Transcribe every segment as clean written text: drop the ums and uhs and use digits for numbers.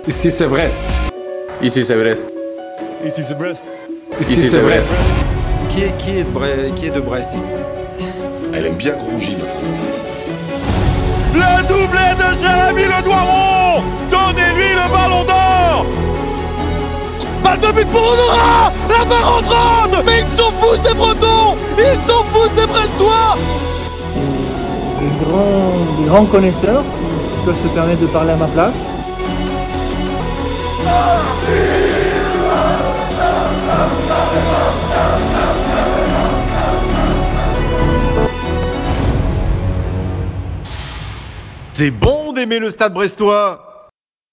Ici c'est Brest. Ici c'est Brest. Ici c'est Brest. Ici c'est Brest. Qui est de Brest? Elle aime bien Grougy, ma femme. Le doublé de Jérémy Le Doiron. Donnez-lui le ballon d'or. Balle de but pour Honora. La barre entrante. Mais ils sont fous ces Bretons. Ils sont fous ces Brestois. Des grands connaisseurs qui peuvent se permettre de parler à ma place. C'est bon d'aimer le Stade brestois.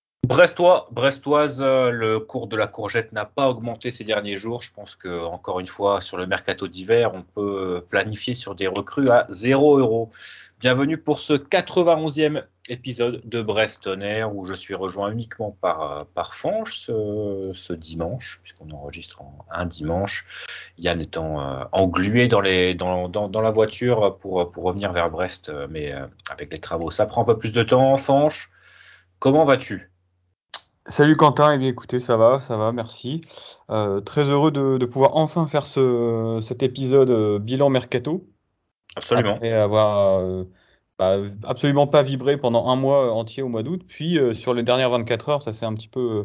Brestoise, le cours de la courgette n'a pas augmenté ces derniers jours. Je pense que encore une fois, sur le mercato d'hiver, on peut planifier sur des recrues à 0€. Bienvenue pour ce 91e épisode de Brest On Air, où je suis rejoint uniquement par Fange ce dimanche, puisqu'on enregistre un dimanche. Yann étant englué dans la voiture pour revenir vers Brest, mais avec les travaux, ça prend un peu plus de temps. Fange, comment vas-tu ? Salut Quentin, eh bien écoutez, ça va, merci. Très heureux de pouvoir enfin faire cet épisode bilan mercato. Absolument. Après avoir absolument pas vibré pendant un mois entier au mois d'août. Puis sur les dernières 24 heures, ça s'est un petit peu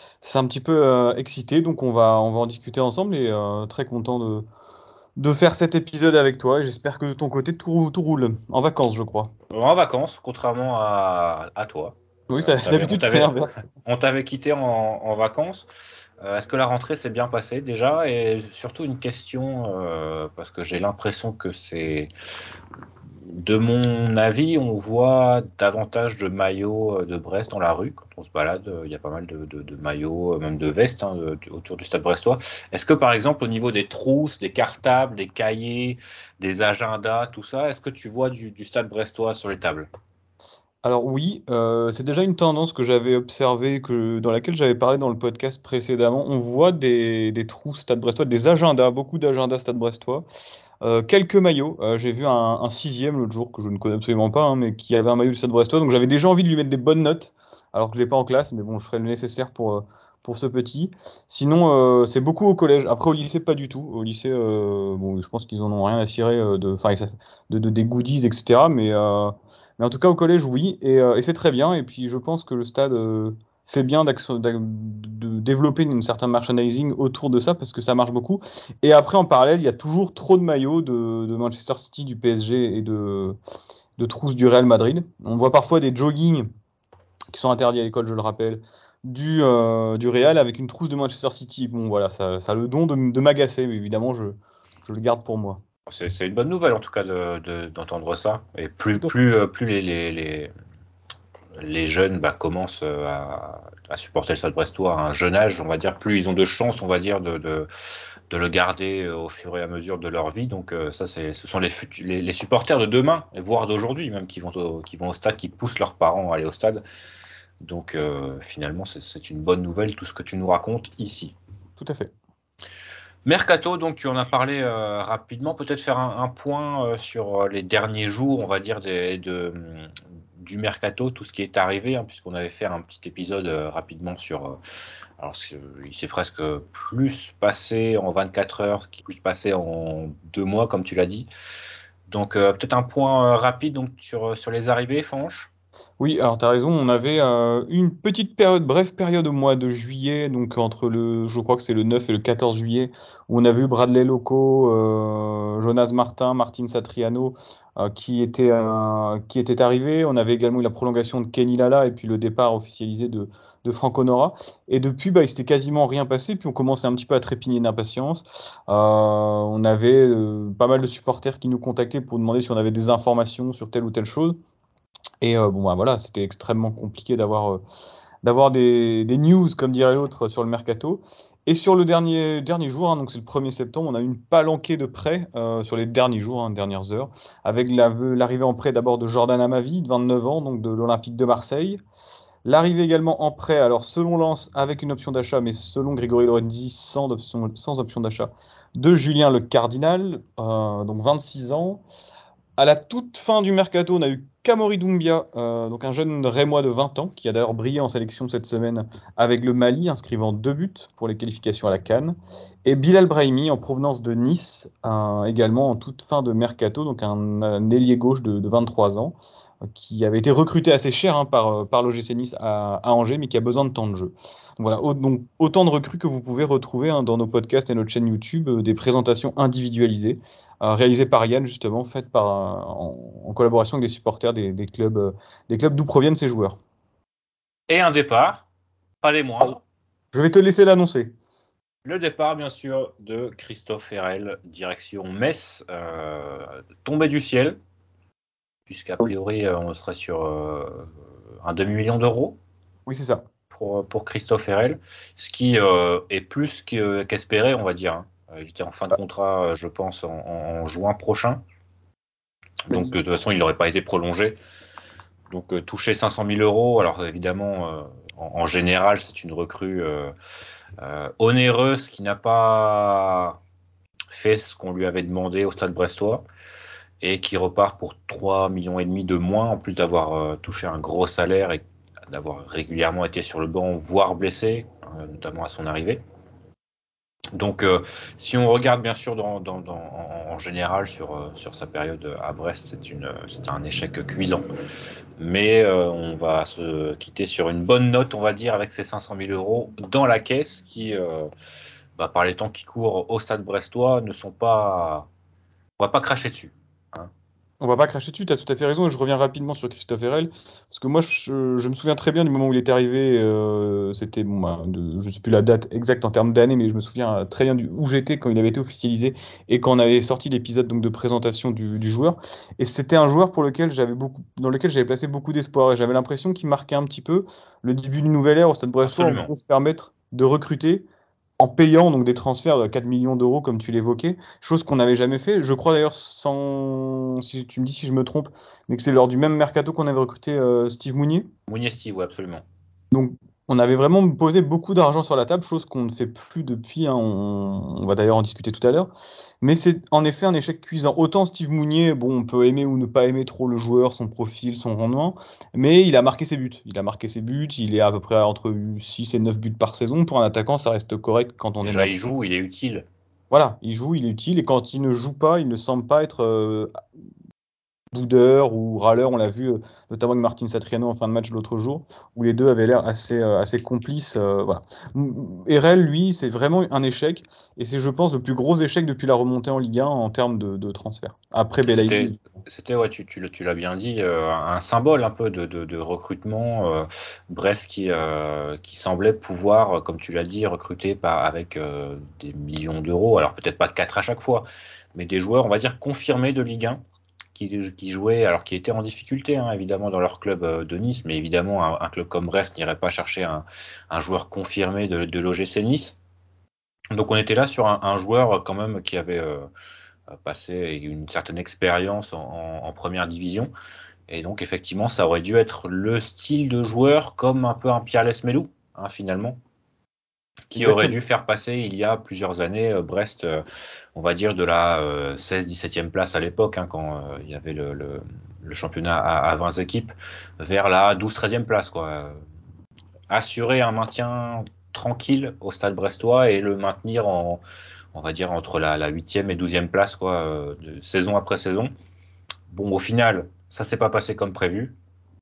excité. Donc on va en discuter ensemble et très content de faire cet épisode avec toi. Et j'espère que de ton côté, tout roule. En vacances, je crois. En vacances, contrairement à toi. Oui, d'habitude c'est l'inverse. On t'avait quitté en vacances. Est-ce que la rentrée s'est bien passée déjà? Et surtout une question, parce que j'ai l'impression que c'est... De mon avis, on voit davantage de maillots de Brest dans la rue. Quand on se balade, il y a pas mal de maillots, même de vestes autour du stade brestois. Est-ce que par exemple au niveau des trousses, des cartables, des cahiers, des agendas, tout ça, est-ce que tu vois du stade brestois sur les tables? Alors oui, c'est déjà une tendance que j'avais observée, dans laquelle j'avais parlé dans le podcast précédemment. On voit des trous Stade Brestois, des agendas, beaucoup d'agendas Stade Brestois, quelques maillots. J'ai vu un sixième l'autre jour que je ne connais absolument pas, hein, mais qui avait un maillot du Stade Brestois. Donc j'avais déjà envie de lui mettre des bonnes notes, alors que je l'ai pas en classe, mais bon, je ferai le nécessaire pour ce petit. Sinon, c'est beaucoup au collège. Après au lycée, pas du tout. Au lycée, bon, je pense qu'ils en ont rien à cirer des goodies, etc. Mais en tout cas, au collège, oui, et c'est très bien. Et puis, je pense que le stade fait bien de développer une certaine merchandising autour de ça, parce que ça marche beaucoup. Et après, en parallèle, il y a toujours trop de maillots de Manchester City, du PSG et de trousses du Real Madrid. On voit parfois des joggings qui sont interdits à l'école, je le rappelle, du Real avec une trousse de Manchester City. Bon, voilà, ça a le don de m'agacer, mais évidemment, je le garde pour moi. C'est une bonne nouvelle en tout cas d'entendre ça. Et plus les jeunes commencent à supporter le Stade Brestois à un jeune âge, on va dire, plus ils ont de chances, on va dire, de le garder au fur et à mesure de leur vie. Donc ça, ce sont les supporters de demain, voire d'aujourd'hui même, qui vont au stade, qui poussent leurs parents à aller au stade. Donc finalement, c'est une bonne nouvelle, tout ce que tu nous racontes ici. Tout à fait. Mercato, donc tu en as parlé rapidement, peut-être faire un point sur les derniers jours, on va dire, du mercato, tout ce qui est arrivé, hein, puisqu'on avait fait un petit épisode rapidement sur... alors il s'est presque plus passé en 24 heures, ce qui est plus passé en 2 mois, comme tu l'as dit. Donc peut-être un point rapide donc, sur les arrivées, Fanche. Oui, alors tu as raison, on avait une petite période, brève période au mois de juillet, donc je crois que c'est le 9 et le 14 juillet, où on a vu Bradley Loco, Jonas Martin, Martin Satriano qui étaient arrivés. On avait également eu la prolongation de Kenny Lala et puis le départ officialisé de Franco Nora. Et depuis, il s'était quasiment rien passé, puis on commençait un petit peu à trépigner d'impatience. On avait pas mal de supporters qui nous contactaient pour demander si on avait des informations sur telle ou telle chose. Et voilà, c'était extrêmement compliqué d'avoir des news, comme dirait l'autre, sur le mercato. Et sur le dernier jour, hein, donc c'est le 1er septembre, on a eu une palanquée de prêts sur les derniers jours, dernières heures, avec l'arrivée en prêt d'abord de Jordan Amavi, de 29 ans, donc de l'Olympique de Marseille. L'arrivée également en prêt, alors selon Lens, avec une option d'achat, mais selon Grégory Lorenzi, sans option d'achat, de Julien Le Cardinal, donc 26 ans. À la toute fin du mercato, on a eu Kamori Doumbia, donc un jeune Rémois de 20 ans, qui a d'ailleurs brillé en sélection cette semaine avec le Mali, inscrivant 2 buts pour les qualifications à la CAN. Et Bilal Brahimi, en provenance de Nice, également en toute fin de mercato, donc un ailier gauche de 23 ans, qui avait été recruté assez cher par l'OGC Nice à Angers, mais qui a besoin de temps de jeu. Donc voilà, donc autant de recrues que vous pouvez retrouver dans nos podcasts et notre chaîne YouTube, des présentations individualisées, réalisées par Yann justement, faites en collaboration avec des supporters des clubs d'où proviennent ces joueurs. Et un départ, pas les moindres. Je vais te laisser l'annoncer. Le départ, bien sûr, de Christophe Herrel, direction Metz, tombé du ciel, puisqu'a priori, on serait sur un demi-million d'euros. Oui, c'est ça. Pour Christophe Herrel, ce qui est plus qu'espéré, on va dire. Hein. Il était en fin de contrat, je pense, en juin prochain. Donc, de toute façon, il n'aurait pas été prolongé. Donc, toucher 500 000 euros, alors évidemment, en général, c'est une recrue onéreuse qui n'a pas fait ce qu'on lui avait demandé au Stade Brestois et qui repart pour 3,5 millions de moins, en plus d'avoir touché un gros salaire et d'avoir régulièrement été sur le banc, voire blessé, notamment à son arrivée. Donc, si on regarde bien sûr en général sur sa période à Brest, c'est un échec cuisant. Mais on va se quitter sur une bonne note, on va dire, avec ces 500 000 euros dans la caisse qui, par les temps qui courent au Stade Brestois, ne sont pas... On va pas cracher dessus. Hein. On va pas cracher dessus, tu as tout à fait raison, et je reviens rapidement sur Christophe Herrel, parce que moi je me souviens très bien du moment où il est arrivé, c'était, je ne sais plus la date exacte en termes d'année, mais je me souviens très bien où j'étais quand il avait été officialisé, et quand on avait sorti l'épisode donc, de présentation du joueur, et c'était un joueur dans lequel j'avais placé beaucoup d'espoir, et j'avais l'impression qu'il marquait un petit peu le début d'une nouvelle ère au Stade Brestois, on pouvait se permettre de recruter, en payant donc des transferts de 4 millions d'euros comme tu l'évoquais, chose qu'on n'avait jamais fait. Je crois d'ailleurs, si tu me dis si je me trompe, mais que c'est lors du même mercato qu'on avait recruté Steve Mounier. Mounier Steve, oui, absolument. Donc on avait vraiment posé beaucoup d'argent sur la table, chose qu'on ne fait plus depuis, hein, on va d'ailleurs en discuter tout à l'heure. Mais c'est en effet un échec cuisant. Autant Steve Mounier, bon, on peut aimer ou ne pas aimer trop le joueur, son profil, son rendement, mais il a marqué ses buts. Il est à peu près entre 6 et 9 buts par saison. Pour un attaquant, ça reste correct quand on Déjà, est... il joue, il est utile. Voilà, il joue, il est utile, et quand il ne joue pas, il ne semble pas être boudeur ou râleur. On l'a vu notamment avec Martin Satriano en fin de match l'autre jour, où les deux avaient l'air assez complices. Voilà. Herel, lui, c'est vraiment un échec, et c'est, je pense, le plus gros échec depuis la remontée en Ligue 1 en termes de transfert. Après Belaïli. C'était ouais, tu l'as bien dit, un symbole un peu de recrutement. Brest qui semblait pouvoir, comme tu l'as dit, recruter avec des millions d'euros. Alors peut-être pas 4 à chaque fois, mais des joueurs, on va dire, confirmés de Ligue 1 qui jouaient, alors qui étaient en difficulté, hein, évidemment, dans leur club de Nice, mais évidemment, un club comme Brest n'irait pas chercher un joueur confirmé de l'OGC Nice. Donc on était là sur un joueur quand même qui avait passé une certaine expérience en première division. Et donc effectivement, ça aurait dû être le style de joueur comme un peu un Pierre Lesmelou, hein, finalement, qui aurait dû faire passer il y a plusieurs années Brest, on va dire de la 16-17e place à l'époque, hein, quand il y avait le championnat à 20 équipes, vers la 12-13e place, quoi. Assurer un maintien tranquille au Stade brestois et le maintenir on va dire entre la 8e et 12e place, quoi, de saison après saison. Bon, au final, ça s'est pas passé comme prévu.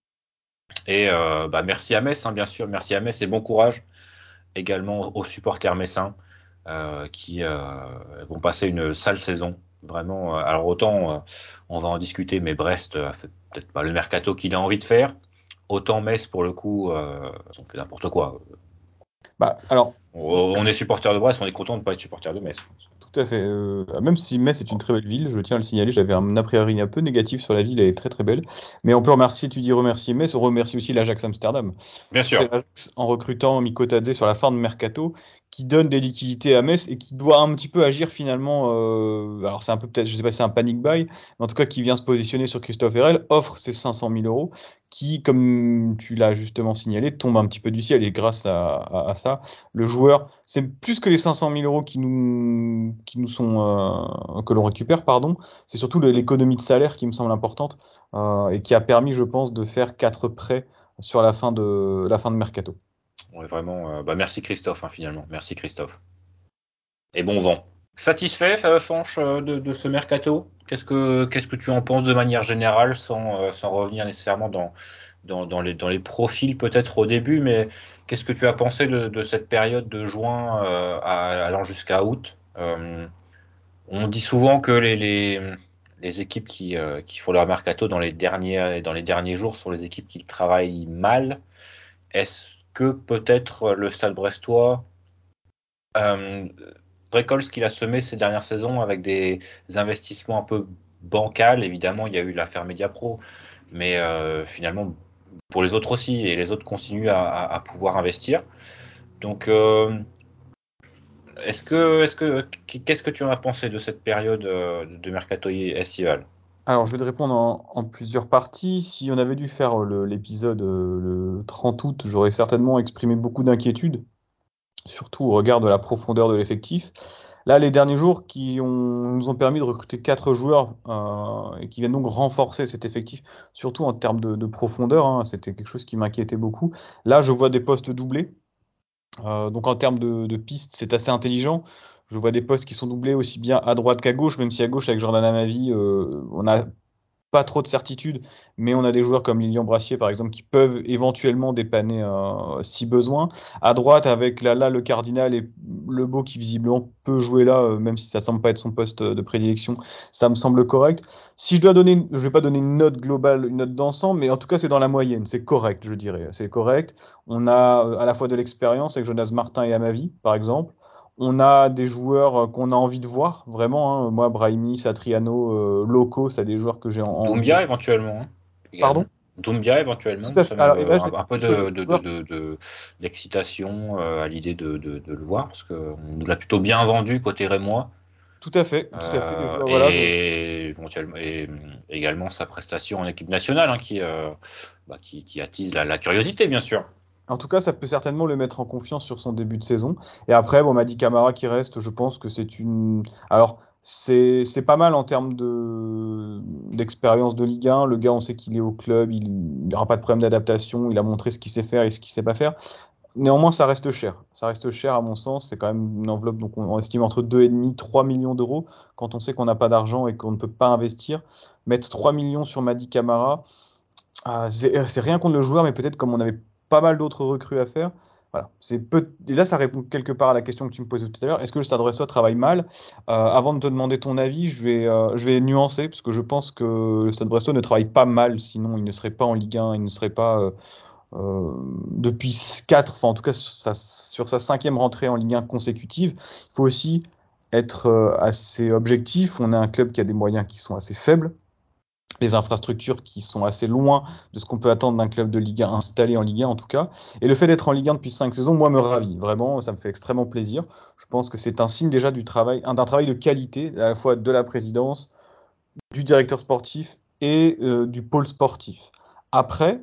Et merci à Metz, hein, bien sûr, merci à Metz et bon courage également aux supporters messins qui vont passer une sale saison. Vraiment, alors autant on va en discuter, mais Brest a fait peut-être pas le mercato qu'il a envie de faire. Autant Metz, pour le coup, on fait n'importe quoi. Alors, on est supporter de Brest, on est content de ne pas être supporter de Metz. tout à fait. Même si Metz est une très belle ville, je tiens à le signaler, j'avais un a priori un peu négatif sur la ville, elle est très très belle. Mais on peut remercier Metz, on remercie aussi l'Ajax Amsterdam. Bien sûr. C'est l'Ajax, en recrutant Mikotadze sur la fin de mercato, qui donne des liquidités à Metz et qui doit un petit peu agir finalement. Alors c'est un peu peut-être, je sais pas si c'est un panic buy, mais en tout cas qui vient se positionner sur Christophe Herel, offre ses 500 000 euros, qui, comme tu l'as justement signalé, tombe un petit peu du ciel. Et grâce à ça, le joueur, c'est plus que les 500 000 euros qui nous sont que l'on récupère, pardon. C'est surtout l'économie de salaire qui me semble importante et qui a permis, je pense, de faire 4 prêts sur la fin de mercato. Ouais, vraiment. Merci Christophe, finalement. Merci Christophe. Et bon vent. Satisfait, Fanch, de ce mercato? Qu'est-ce que tu en penses de manière générale, sans revenir nécessairement dans les profils peut-être au début, mais qu'est-ce que tu as pensé de cette période de juin allant jusqu'à août? On dit souvent que les équipes qui font leur mercato dans les derniers jours sont les équipes qui travaillent mal. Est-ce que peut-être le Stade Brestois euh, récolte ce qu'il a semé ces dernières saisons avec des investissements un peu bancals? Évidemment, il y a eu l'affaire Mediapro, mais finalement, pour les autres aussi, et les autres continuent à pouvoir investir. Donc, qu'est-ce que tu en as pensé de cette période de mercato estival? Alors, je vais te répondre en plusieurs parties. Si on avait dû faire l'épisode le 30 août, j'aurais certainement exprimé beaucoup d'inquiétudes, surtout au regard de la profondeur de l'effectif. Là, les derniers jours nous ont permis de recruter 4 joueurs et qui viennent donc renforcer cet effectif, surtout en termes de profondeur, hein. C'était quelque chose qui m'inquiétait beaucoup. Là, je vois des postes doublés. Donc en termes de pistes, c'est assez intelligent. Je vois des postes qui sont doublés aussi bien à droite qu'à gauche, même si à gauche, avec Jordan Amavi, on n'a pas trop de certitude, mais on a des joueurs comme Lilian Brassier, par exemple, qui peuvent éventuellement dépanner si besoin. À droite, avec là le Cardinal et Lebeau qui visiblement peut jouer là, même si ça semble pas être son poste de prédilection, ça me semble correct. Si je dois donner, je vais pas donner une note globale, une note d'ensemble, mais en tout cas c'est dans la moyenne, c'est correct, je dirais, c'est correct. On a à la fois de l'expérience avec Jonas Martin et Amavi, par exemple. On a des joueurs qu'on a envie de voir, vraiment, hein. Moi, Brahimi, Satriano, Loco, c'est des joueurs que j'ai envie. Doumbia éventuellement, Pardon? également. Doumbia Tout éventuellement, à ça fait. Alors, et me là, un peu sur des joueurs. d'excitation à l'idée de le voir, parce qu'on nous l'a plutôt bien vendu côté rémois. Tout à fait. Les joueurs, voilà. Et éventuellement et également sa prestation en équipe nationale, qui attise la curiosité, bien sûr. En tout cas, ça peut certainement le mettre en confiance sur son début de saison. Et après, bon, Mady Camara qui reste, je pense que c'est une. Alors, c'est pas mal en termes d'expérience de Ligue 1. Le gars, on sait qu'il est au club, il n'aura pas de problème d'adaptation, il a montré ce qu'il sait faire et ce qu'il sait pas faire. Néanmoins, ça reste cher. Ça reste cher à mon sens. C'est quand même une enveloppe, donc on estime entre 2,5 et 3 millions d'euros. Quand on sait qu'on n'a pas d'argent et qu'on ne peut pas investir, mettre 3 millions sur Mady Camara, c'est rien contre le joueur, mais peut-être comme on avait pas mal d'autres recrues à faire. Voilà. Et là, ça répond quelque part à la question que tu me posais tout à l'heure. Est-ce que le Stade Brestois travaille mal? Avant de te demander ton avis, je vais nuancer, parce que je pense que le Stade Brestois ne travaille pas mal, sinon il ne serait pas en Ligue 1, il ne serait pas depuis 4, enfin en tout cas sur sa 5e rentrée en Ligue 1 consécutive. Il faut aussi être assez objectif. On est un club qui a des moyens qui sont assez faibles, des infrastructures qui sont assez loin de ce qu'on peut attendre d'un club de Ligue 1 installé en Ligue 1 en tout cas. Et le fait d'être en Ligue 1 depuis 5 saisons, moi, me ravit. Vraiment, ça me fait extrêmement plaisir. Je pense que c'est un signe déjà d'un travail de qualité, à la fois de la présidence, du directeur sportif et du pôle sportif. Après,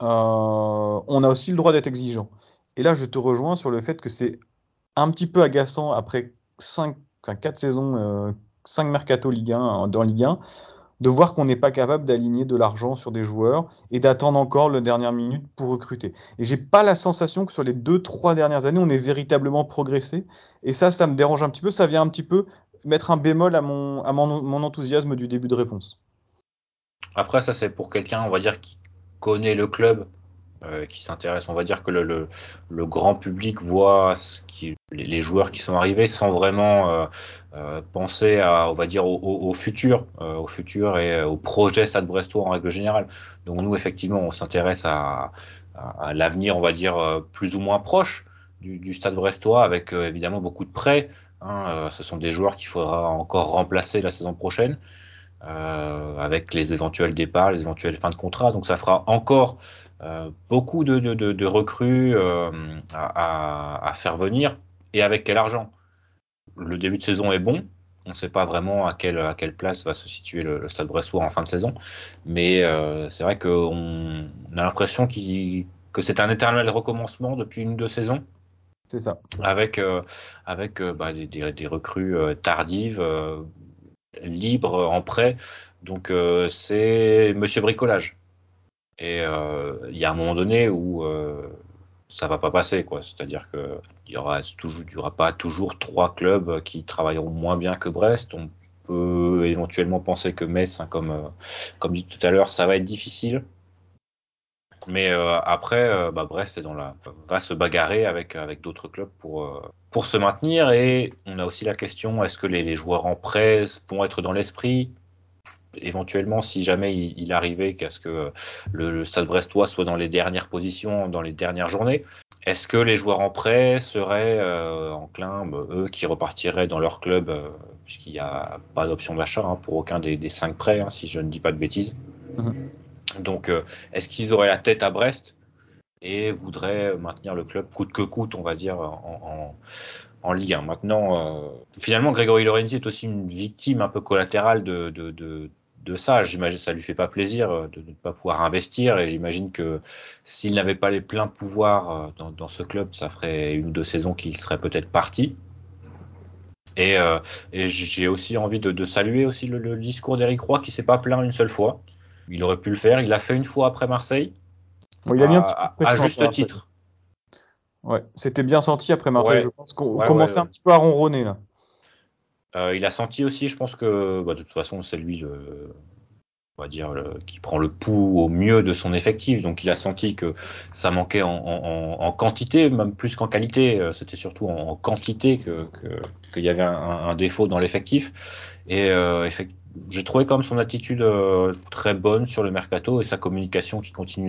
on a aussi le droit d'être exigeant. Et là, je te rejoins sur le fait que c'est un petit peu agaçant après 4 saisons, 5 mercato Ligue 1 dans Ligue 1, de voir qu'on n'est pas capable d'aligner de l'argent sur des joueurs et d'attendre encore la dernière minute pour recruter. Et j'ai pas la sensation que sur les 2-3 dernières années, on ait véritablement progressé. Et ça me dérange un petit peu. Ça vient un petit peu mettre un bémol à mon enthousiasme du début de réponse. Après, ça, c'est pour quelqu'un, on va dire, qui connaît le club, qui s'intéresse. On va dire que le grand public voit les joueurs qui sont arrivés sans vraiment penser on va dire, au futur, et au projet Stade Brestois en règle générale. Donc nous, effectivement, on s'intéresse à l'avenir, on va dire, plus ou moins proche du Stade Brestois, avec évidemment beaucoup de prêts. Ce sont des joueurs qu'il faudra encore remplacer la saison prochaine. Avec les éventuels départs, les éventuelles fins de contrat. Donc ça fera encore beaucoup de recrues à faire venir. Et avec quel argent? Le début de saison est bon. On ne sait pas vraiment à quelle place va se situer le Stade Brestois en fin de saison, mais c'est vrai qu'on a l'impression que c'est un éternel recommencement depuis 1 ou 2 saisons. C'est ça. Avec des recrues tardives, libres en prêt. Donc c'est Monsieur Bricolage. Et il y a un moment donné où ça va pas passer, quoi. C'est-à-dire que il y aura pas toujours 3 clubs qui travailleront moins bien que Brest. On peut éventuellement penser que Metz, hein, comme dit tout à l'heure, ça va être difficile. Mais après, Brest va se bagarrer avec d'autres clubs pour se maintenir. Et on a aussi la question, est-ce que les joueurs en prêt vont être dans l'esprit? Éventuellement, si jamais il arrivait qu'à ce que le Stade Brestois soit dans les dernières positions, dans les dernières journées, est-ce que les joueurs en prêt seraient enclins, eux qui repartiraient dans leur club, puisqu'il n'y a pas d'option d'achat, hein, pour aucun des 5 prêts, hein, si je ne dis pas de bêtises. Donc, est-ce qu'ils auraient la tête à Brest et voudraient maintenir le club coûte que coûte, on va dire, en Ligue 1. Maintenant, finalement, Grégory Lorenzi est aussi une victime un peu collatérale de ça. J'imagine que ça lui fait pas plaisir de ne pas pouvoir investir, et j'imagine que s'il n'avait pas les pleins pouvoirs dans ce club, ça ferait 1 ou 2 saisons qu'il serait peut-être parti. Et j'ai aussi envie de saluer aussi le discours d'Éric Roy, qui s'est pas plaint une seule fois. Il aurait pu le faire. Il l'a fait une fois après Marseille, Il a mis un petit coup de à pression juste après Marseille. titre. Ouais, c'était bien senti après Marseille, Ouais. je pense qu'on Ouais, commençait un petit peu à ronronner là. Il a senti aussi, je pense que de toute façon, c'est lui, on va dire, qui prend le pouls au mieux de son effectif. Donc il a senti que ça manquait en quantité, même plus qu'en qualité. C'était surtout en quantité qu'il y avait un défaut dans l'effectif. Et j'ai trouvé quand même son attitude très bonne sur le mercato, et sa communication qui continue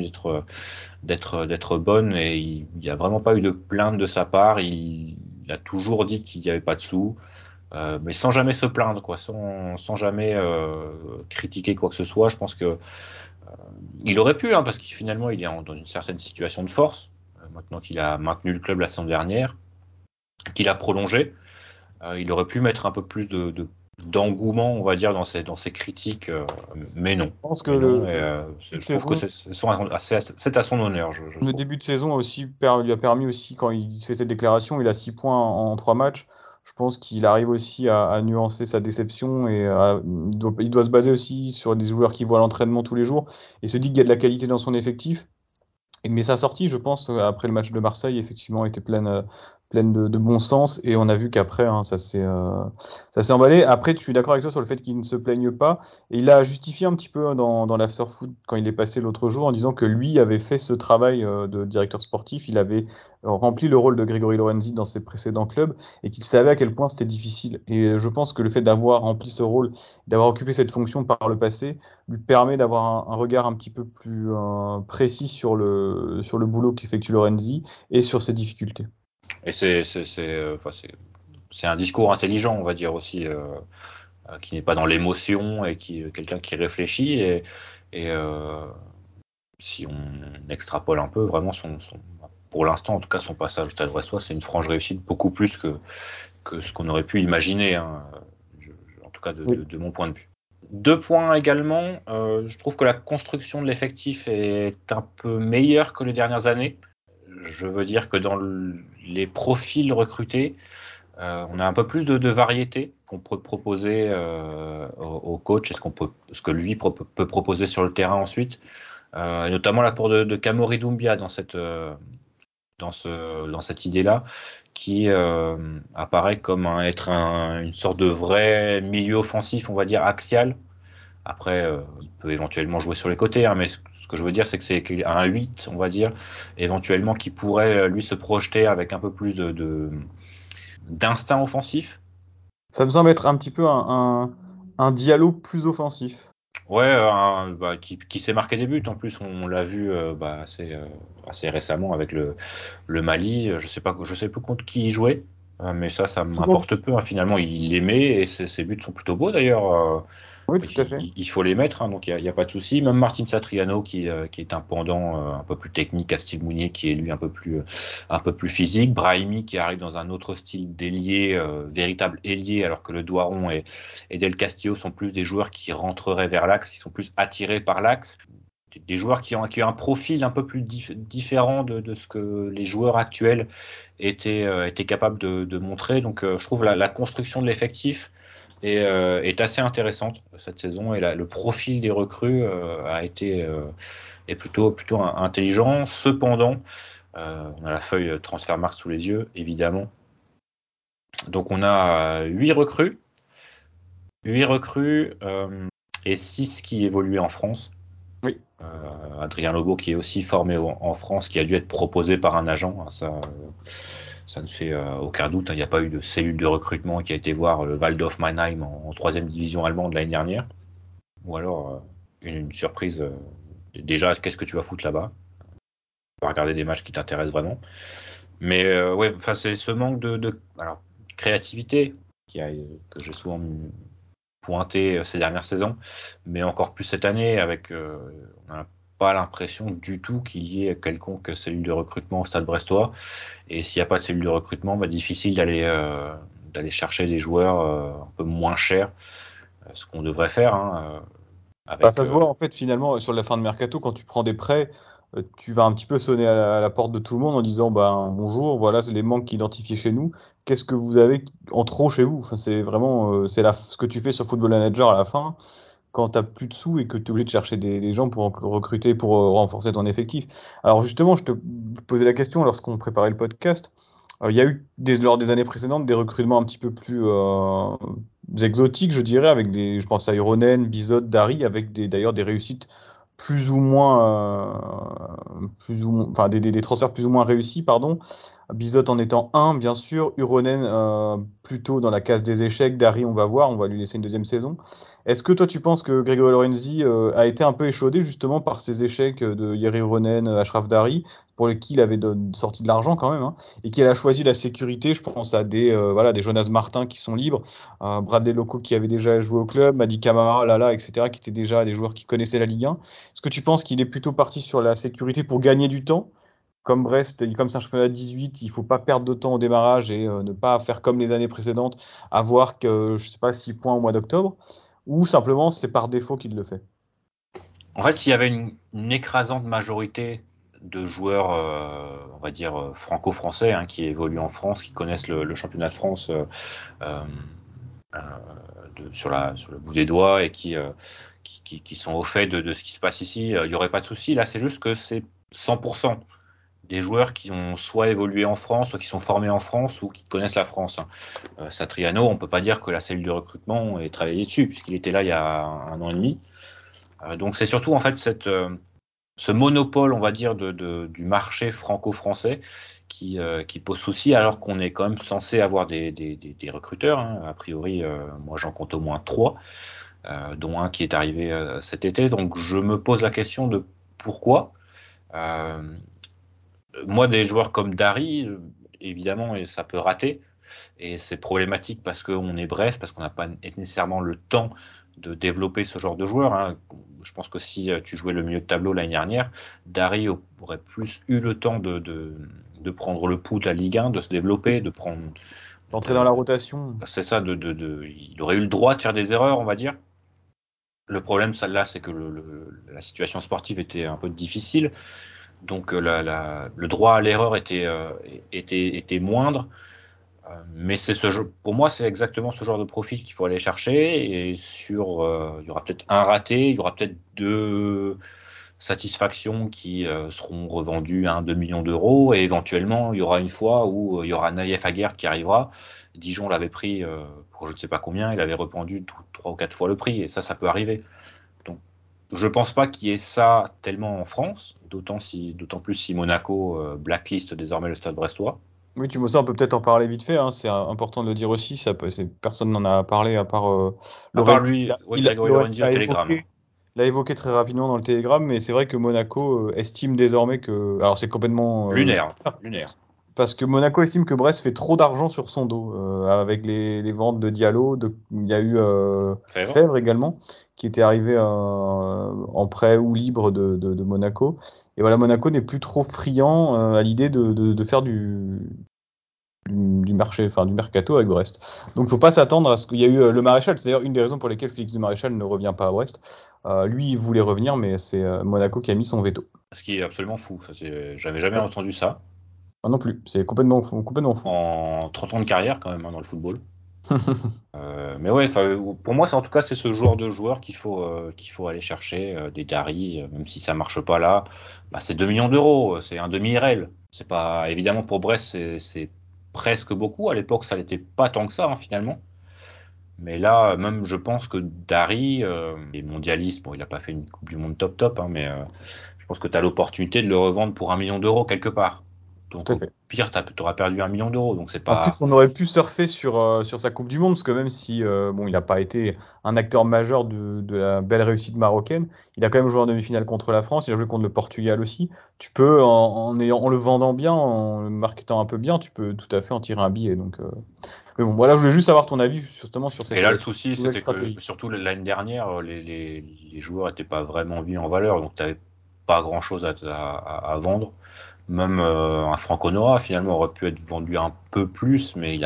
d'être bonne. Et il n'y a vraiment pas eu de plainte de sa part. Il a toujours dit qu'il n'y avait pas de sous. Mais sans jamais se plaindre, quoi, sans jamais critiquer quoi que ce soit. Je pense que il aurait pu, hein, parce qu'il finalement il est dans une certaine situation de force. Maintenant qu'il a maintenu le club la saison dernière, qu'il a prolongé, il aurait pu mettre un peu plus d'engouement, on va dire, dans ses critiques, mais non. Je pense que Je trouve que c'est à son honneur. Je le trouve. début de saison lui a permis aussi, quand il fait cette déclaration, il a 6 points en 3 matchs. Je pense qu'il arrive aussi à nuancer sa déception, et il doit se baser aussi sur des joueurs qui voient l'entraînement tous les jours et se dit qu'il y a de la qualité dans son effectif. Mais sa sortie, je pense, après le match de Marseille, effectivement, était pleine de bon sens, et on a vu qu'après, hein, ça s'est emballé. Après, je suis d'accord avec toi sur le fait qu'il ne se plaigne pas, et il a justifié un petit peu dans l'after-foot quand il est passé l'autre jour, en disant que lui avait fait ce travail de directeur sportif, il avait rempli le rôle de Grégory Lorenzi dans ses précédents clubs, et qu'il savait à quel point c'était difficile. Et je pense que le fait d'avoir rempli ce rôle, d'avoir occupé cette fonction par le passé, lui permet d'avoir un regard un petit peu plus précis sur le boulot qu'effectue Lorenzi et sur ses difficultés. Et c'est un discours intelligent, on va dire aussi, qui n'est pas dans l'émotion, et qui est quelqu'un qui réfléchit. Et si on extrapole un peu, vraiment pour l'instant, en tout cas, son passage au Stade Brestois, c'est une franche réussite, beaucoup plus que ce qu'on aurait pu imaginer, hein, en tout cas de mon point de vue. 2 points également, je trouve que la construction de l'effectif est un peu meilleure que les dernières années. Je veux dire que dans les profils recrutés, on a un peu plus de variété qu'on peut proposer au coach, et ce que lui peut proposer sur le terrain ensuite. Et notamment l'apport de Kamori Doumbia dans cette idée-là, qui apparaît comme être une sorte de vrai milieu offensif, on va dire axial. Après, il peut éventuellement jouer sur les côtés, hein, mais ce que je veux dire, c'est que c'est un 8, on va dire, éventuellement, qui pourrait lui se projeter avec un peu plus d'instinct offensif. Ça me semble être un petit peu un Diallo plus offensif. Ouais, qui s'est marqué des buts. En plus, on l'a vu assez récemment avec le Mali. Je sais plus contre qui il jouait. Mais ça m'importe peu. Hein. Finalement, il les met et ses buts sont plutôt beaux d'ailleurs. Oui, tout à fait. Il faut les mettre, hein, donc il y a pas de souci. Même Martin Satriano, qui est un pendant un peu plus technique à Steve Mounier, qui est lui un peu plus physique. Brahimi, qui arrive dans un autre style d'ailier, véritable ailier, alors que le Doiron et Del Castillo sont plus des joueurs qui rentreraient vers l'axe, qui sont plus attirés par l'axe. Des joueurs qui ont un profil un peu plus différent de ce que les joueurs actuels étaient capables de montrer. Donc je trouve la construction de l'effectif est assez intéressante cette saison, et le profil des recrues est plutôt intelligent. Cependant, on a la feuille Transfermarkt sous les yeux, évidemment. Donc on a 8 recrues et 6 qui évoluaient en France. Oui. Adrien Lobo, qui est aussi formé en France, qui a dû être proposé par un agent, hein, ça ne fait aucun doute. Il n'y a pas eu de cellule de recrutement qui a été voir le Waldhof Mannheim en 3e division allemande l'année dernière. Ou alors une surprise. Déjà, qu'est-ce que tu vas foutre là-bas? On va regarder des matchs qui t'intéressent vraiment. Mais c'est ce manque de créativité que j'ai souvent pointé ces dernières saisons, mais encore plus cette année, avec on n'a pas l'impression du tout qu'il y ait quelconque cellule de recrutement au Stade Brestois. Et s'il n'y a pas de cellule de recrutement, difficile d'aller chercher des joueurs un peu moins chers, ce qu'on devrait faire. Hein, Ça se voit en fait finalement sur la fin de mercato, quand tu prends des prêts, tu vas un petit peu sonner à la porte de tout le monde en disant bonjour, voilà les manques identifiés chez nous. Qu'est-ce que vous avez en trop chez vous? Enfin, c'est vraiment ce que tu fais sur Football Manager à la fin, quand tu n'as plus de sous et que tu es obligé de chercher des gens pour recruter, pour renforcer ton effectif. Alors justement, je te posais la question lorsqu'on préparait le podcast. Il y a eu lors des années précédentes des recrutements un petit peu plus exotiques, je dirais, je pense à Ironen, Bizot, Dari, avec d'ailleurs des réussites enfin des transferts plus ou moins réussis, pardon. Bizot en étant un, bien sûr, Ironen plutôt dans la case des échecs, Dari on va lui laisser une deuxième saison. Est-ce que toi tu penses que Grégory Lorenzi a été un peu échaudé justement par ces échecs de Jiri Ironen, Achraf Dari, pour lesquels il avait sorti de l'argent quand même, hein, et qu'il a choisi la sécurité? Je pense à des Jonas Martin qui sont libres, Bradley Loco qui avait déjà joué au club, Madi Camara, Lala, etc., qui étaient déjà des joueurs qui connaissaient la Ligue 1. Est-ce que tu penses qu'il est plutôt parti sur la sécurité pour gagner du temps? Comme Brest, comme c'est un championnat de 18, il ne faut pas perdre de temps au démarrage et ne pas faire comme les années précédentes, avoir que, je sais pas, 6 points au mois d'octobre, ou simplement c'est par défaut qu'il le fait? En fait, s'il y avait une écrasante majorité de joueurs, on va dire franco-français, hein, qui évoluent en France, qui connaissent le championnat de France sur le bout des doigts et qui sont au fait de ce qui se passe ici, il n'y aurait pas de souci. Là, c'est juste que c'est 100% des joueurs qui ont soit évolué en France, soit qui sont formés en France ou qui connaissent la France. Hein. Satriano, on ne peut pas dire que la cellule de recrutement ait travaillé dessus, puisqu'il était là il y a un an et demi. Donc c'est surtout en fait ce monopole, on va dire, du marché franco-français qui pose souci, alors qu'on est quand même censé avoir des recruteurs. Hein. A priori, moi j'en compte au moins 3, dont un qui est arrivé cet été. Donc je me pose la question de pourquoi. Moi, des joueurs comme Dari, évidemment, et ça peut rater. Et c'est problématique parce qu'on est Brest, parce qu'on n'a pas nécessairement le temps de développer ce genre de joueur. Hein. Je pense que si tu jouais le milieu de tableau l'année dernière, Dari aurait plus eu le temps de prendre le pouls de la Ligue 1, de se développer, D'entrer dans la rotation. C'est ça, il aurait eu le droit de faire des erreurs, on va dire. Le problème, celle-là, c'est que la situation sportive était un peu difficile. Donc le droit à l'erreur était moindre. Mais pour moi, c'est exactement ce genre de profil qu'il faut aller chercher. Et il y aura peut-être un raté, il y aura peut-être 2 satisfactions qui seront revendues à 2 millions d'euros. Et éventuellement, il y aura une fois où il y aura Naïef Aguerd qui arrivera. Dijon l'avait pris pour je ne sais pas combien, il avait rependu 3 ou 4 fois le prix. Et ça peut arriver. Donc, je pense pas qu'il y ait ça tellement en France, d'autant plus si Monaco blacklist désormais le Stade Brestois. Oui, on peut peut-être en parler vite fait, hein, c'est important de le dire aussi. Personne n'en a parlé à part Lorenzi. Lui, Grégory Lorenzi au Télégramme. L'a évoqué très rapidement dans le Télégramme, mais c'est vrai que Monaco estime désormais que. Alors c'est complètement. Lunaire. parce que Monaco estime que Brest fait trop d'argent sur son dos, avec les ventes de Diallo. Il y a eu Fèvre également, qui était arrivé en prêt ou libre de Monaco. Et voilà, Monaco n'est plus trop friand à l'idée de faire du marché, enfin du mercato avec Brest. Donc, faut pas s'attendre à ce qu'il y a eu le Maréchal. C'est d'ailleurs une des raisons pour lesquelles Félix de Maréchal ne revient pas à Brest. Lui, il voulait revenir, mais c'est Monaco qui a mis son veto. Ce qui est absolument fou. J'avais jamais entendu ça. Ah non plus, c'est complètement fou. En 30 ans de carrière, quand même, dans le football. Mais ouais, pour moi, en tout cas, c'est ce genre de joueur qu'il faut aller chercher, des Dari, même si ça marche pas là. Bah, c'est 2 millions d'euros, c'est un demi-RL. C'est pas, évidemment, pour Brest, c'est presque beaucoup. À l'époque, ça n'était pas tant que ça, hein, finalement. Mais là, même, je pense que Dari est mondialiste. Bon, il n'a pas fait une Coupe du Monde top, hein, mais je pense que tu as l'opportunité de le revendre pour 1 million d'euros quelque part. Donc, Tout à fait. au pire, tu auras perdu 1 million d'euros. Donc, c'est En pas. plus, on aurait pu surfer sur sa Coupe du Monde, parce que même si bon, il n'a pas été un acteur majeur de la belle réussite marocaine, il a quand même joué en demi-finale contre la France, il a joué contre le Portugal aussi. Tu peux, en le vendant bien, en le marketant un peu bien, tu peux tout à fait en tirer un billet. Donc, mais bon, voilà, je voulais juste avoir ton avis justement sur cette Et là, le souci, nouvelle c'était que, stratégie. surtout l'année dernière, les joueurs n'étaient pas vraiment mis en valeur, donc tu n'avais pas grand-chose à vendre. Même un Franco Nora, finalement, aurait pu être vendu un peu plus, mais il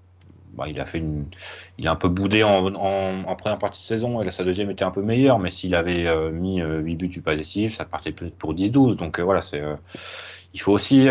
a un peu boudé en première partie de saison, et là, sa deuxième était un peu meilleure, mais s'il avait mis 8 buts du pas décisif, ça partait peut-être pour 10-12. Donc voilà, il faut aussi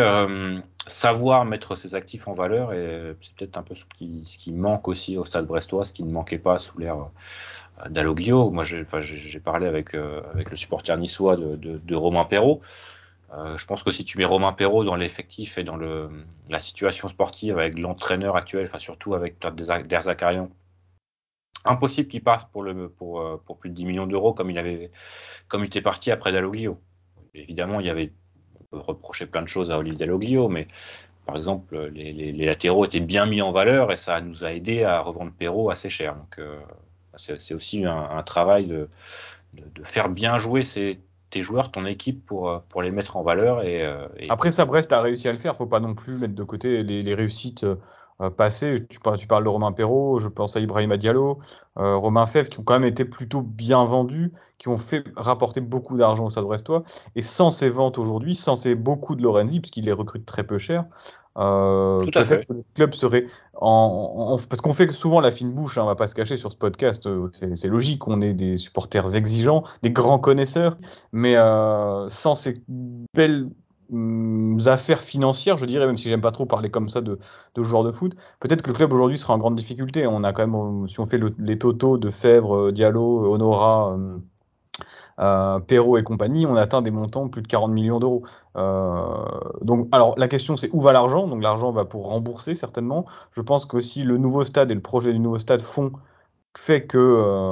savoir mettre ses actifs en valeur, et c'est peut-être un peu ce qui manque aussi au Stade Brestois, ce qui ne manquait pas sous l'ère d'Aloglio. Moi, j'ai parlé avec le supporter niçois de Romain Perrault. Je pense que si tu mets Romain Perrault dans l'effectif et dans la situation sportive avec l'entraîneur actuel, enfin surtout avec Der Zakarian, impossible qu'il parte pour plus de 10 millions d'euros comme il était parti après Dalloglio. Évidemment, on peut reprocher plein de choses à Olivier Dalloglio, mais par exemple, les latéraux étaient bien mis en valeur et ça nous a aidé à revendre Perrault assez cher. Donc, c'est aussi un travail de faire bien jouer tes joueurs, ton équipe pour les mettre en valeur. Après ça, Brest a réussi à le faire. Faut pas non plus mettre de côté les réussites passées. Tu parles de Romain Perrault, je pense à Ibrahima Diallo, Romain Fèvre, qui ont quand même été plutôt bien vendus, qui ont fait rapporter beaucoup d'argent au Stade Brestois. Et sans ces ventes aujourd'hui, sans ces beaucoup de Lorenzi, puisqu'il les recrute très peu cher, Tout à peut-être fait. que le club serait parce qu'on fait souvent la fine bouche, hein, on va pas se cacher sur ce podcast. C'est logique, on est des supporters exigeants, des grands connaisseurs, mais sans ces belles affaires financières, je dirais, même si j'aime pas trop parler comme ça de joueurs de foot, peut-être que le club aujourd'hui sera en grande difficulté. On a quand même, si on fait les totaux de Fèvre, Diallo, Honora, Perrault et compagnie, on atteint des montants de plus de 40 millions d'euros. Donc, alors la question c'est où va l'argent? Donc l'argent va pour rembourser certainement. Je pense qu'aussi le nouveau stade et le projet du nouveau stade fait que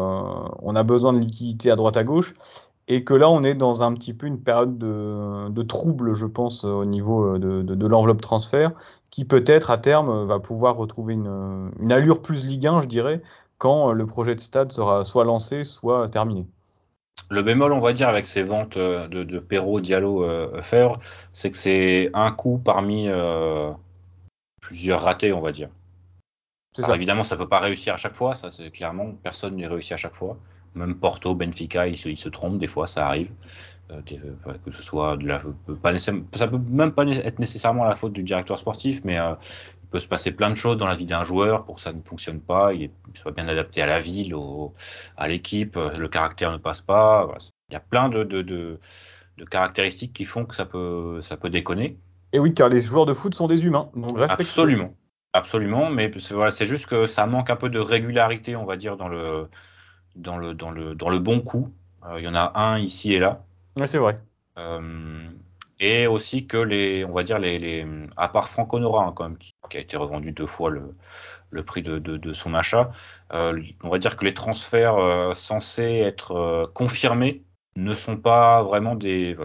on a besoin de liquidité à droite à gauche. Et que là, on est dans un petit peu une période de trouble, je pense, au niveau de l'enveloppe transfert, qui peut-être à terme va pouvoir retrouver une allure plus Ligue 1, je dirais, quand le projet de stade sera soit lancé, soit terminé. Le bémol, on va dire, avec ces ventes de Perrault, Diallo, Fèvre, c'est que c'est un coup parmi plusieurs ratés, on va dire. C'est Alors ça. évidemment, ça peut pas réussir à chaque fois, ça c'est clairement, personne n'y réussit à chaque fois. Même Porto, Benfica, ils se trompent, des fois ça arrive. Que ce soit ça peut même pas être nécessairement la faute du directeur sportif, mais il peut se passer plein de choses dans la vie d'un joueur pour que ça ne fonctionne pas, il soit bien adapté à la ville, à l'équipe, le caractère ne passe pas. Voilà. Il y a plein de caractéristiques qui font que ça peut déconner. Et oui, car les joueurs de foot sont des humains, donc respectez-les. Absolument. Absolument, mais voilà, c'est juste que ça manque un peu de régularité, on va dire, dans le bon coup. Il y en a un ici et là. Ouais, c'est vrai. Euh, et aussi que on va dire à part Franco Nora, hein, quand même, qui a été revendu 2 fois le prix de son achat, on va dire que les transferts censés être confirmés ne sont pas vraiment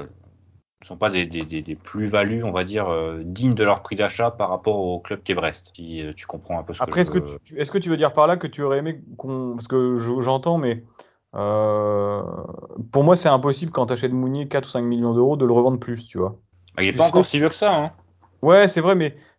des plus-values, on va dire, dignes de leur prix d'achat par rapport au club qu'est Brest. Si tu comprends un peu ce que Après, je veux. est-ce que tu veux dire par là que tu aurais aimé parce que j'entends, mais euh, pour moi, c'est impossible quand tu achètes Mounier 4 ou 5 millions d'euros de le revendre plus, tu vois. Il n'est Tu pas sais. encore si vieux que ça, hein. Ouais, c'est vrai, mais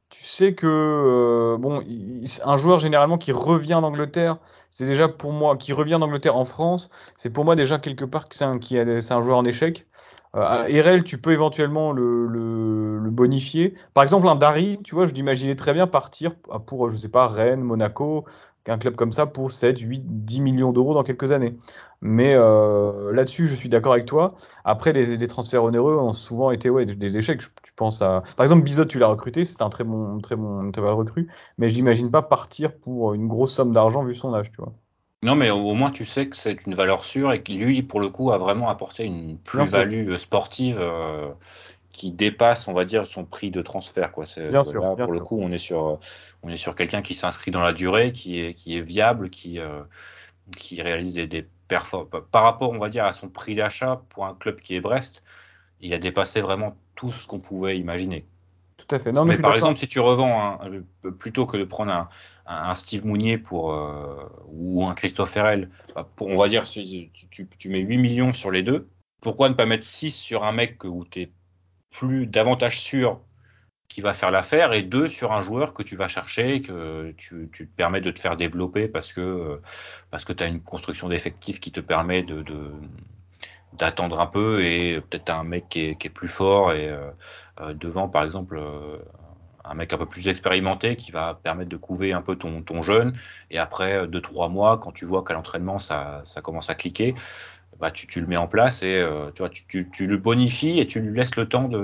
tu sais que un joueur généralement qui revient d'Angleterre, c'est déjà pour moi, qui revient d'Angleterre en France, c'est pour moi déjà quelque part que c'est un joueur en échec. RL, tu peux éventuellement le bonifier. Par exemple, un Dari, tu vois, je l'imaginais très bien partir pour, je sais pas, Rennes, Monaco, un club comme ça pour 7, 8, 10 millions d'euros dans quelques années. Mais là-dessus, je suis d'accord avec toi. Après, les transferts onéreux ont souvent été des échecs. Tu penses à, par exemple, Bizot, tu l'as recruté, c'est un très bon recrue, mais j'imagine pas partir pour une grosse somme d'argent vu son âge, tu vois. Non, mais au moins tu sais que c'est une valeur sûre et que lui, pour le coup, a vraiment apporté une Bien sûr, plus-value sportive qui dépasse, on va dire, son prix de transfert, quoi. bien sûr, Là, bien pour le sûr. coup, on est sur quelqu'un qui s'inscrit dans la durée, qui est viable, qui réalise des performances. Par rapport, on va dire, à son prix d'achat pour un club qui est Brest, il a dépassé vraiment tout ce qu'on pouvait imaginer. Tout à fait. Non, mais je Mais suis par d'accord. exemple, si tu revends plutôt que de prendre un Steve Mounier ou un Christophe Herrel, on va dire si tu mets 8 millions sur les deux, pourquoi ne pas mettre 6 sur un mec où tu es davantage sûr qu'il va faire l'affaire et 2 sur un joueur que tu vas chercher, que tu te permets de te faire développer parce que tu as une construction d'effectifs qui te permet d'attendre un peu et peut-être un mec qui est plus fort et devant par exemple un mec un peu plus expérimenté qui va permettre de couver un peu ton jeune et après 2-3 mois quand tu vois qu'à l'entraînement ça commence à cliquer, bah tu le mets en place et tu vois tu le bonifies et tu lui laisses le temps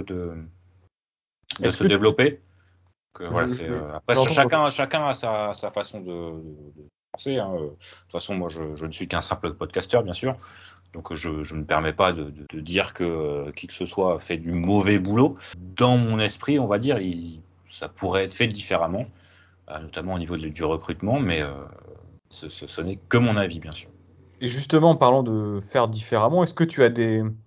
de Est-ce se que développer. Donc, voilà, après j'entends. chacun a sa façon de penser, hein. De toute façon moi je ne suis qu'un simple podcasteur bien sûr. Donc je ne me permets pas de dire que qui que ce soit fait du mauvais boulot. Dans mon esprit, on va dire, ça pourrait être fait différemment, notamment au niveau du recrutement, mais ce n'est que mon avis, bien sûr. Et justement, en parlant de faire différemment, est-ce que tu as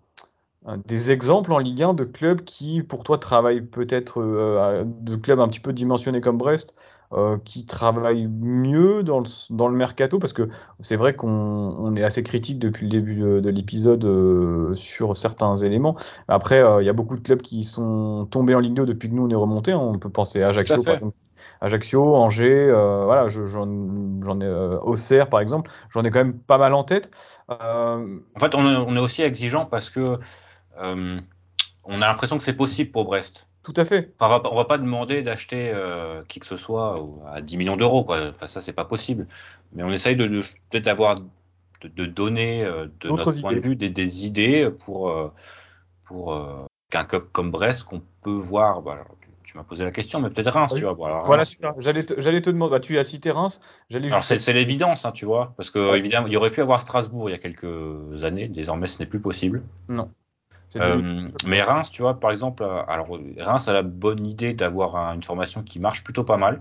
des exemples en Ligue 1 de clubs qui, pour toi, travaillent peut-être, de clubs un petit peu dimensionnés comme Brest, qui travaillent mieux dans le mercato? Parce que c'est vrai qu'on est assez critique depuis le début de l'épisode sur certains éléments. Après, il y a beaucoup de clubs qui sont tombés en Ligue 2 depuis que nous, on est remontés, hein. On peut penser à Tout à Ajaccio, par fait. exemple. Ajaccio, Angers, voilà, j'en ai Auxerre, par exemple. J'en ai quand même pas mal en tête. En fait, on est aussi exigeant parce que euh, on a l'impression que c'est possible pour Brest. Tout à fait. Enfin, on va pas demander d'acheter qui que ce soit à 10 millions d'euros, quoi. Enfin, ça, c'est pas possible. Mais on essaye peut-être de donner de notre D'autres point de idées. vue des idées pour qu'un club comme Brest qu'on peut voir. Bah, alors, tu m'as posé la question, mais peut-être Reims, tu vois. Bon, alors, Voilà, c'est Reims, ça. J'allais te demander. Bah, tu as cité Reims. J'allais alors juste. c'est l'évidence, hein, tu vois, parce que Ouais. évidemment, il y aurait pu avoir Strasbourg il y a quelques années. Désormais, ce n'est plus possible. Non. C'est devenu. Mais Reims, tu vois, par exemple, alors Reims a la bonne idée d'avoir une formation qui marche plutôt pas mal.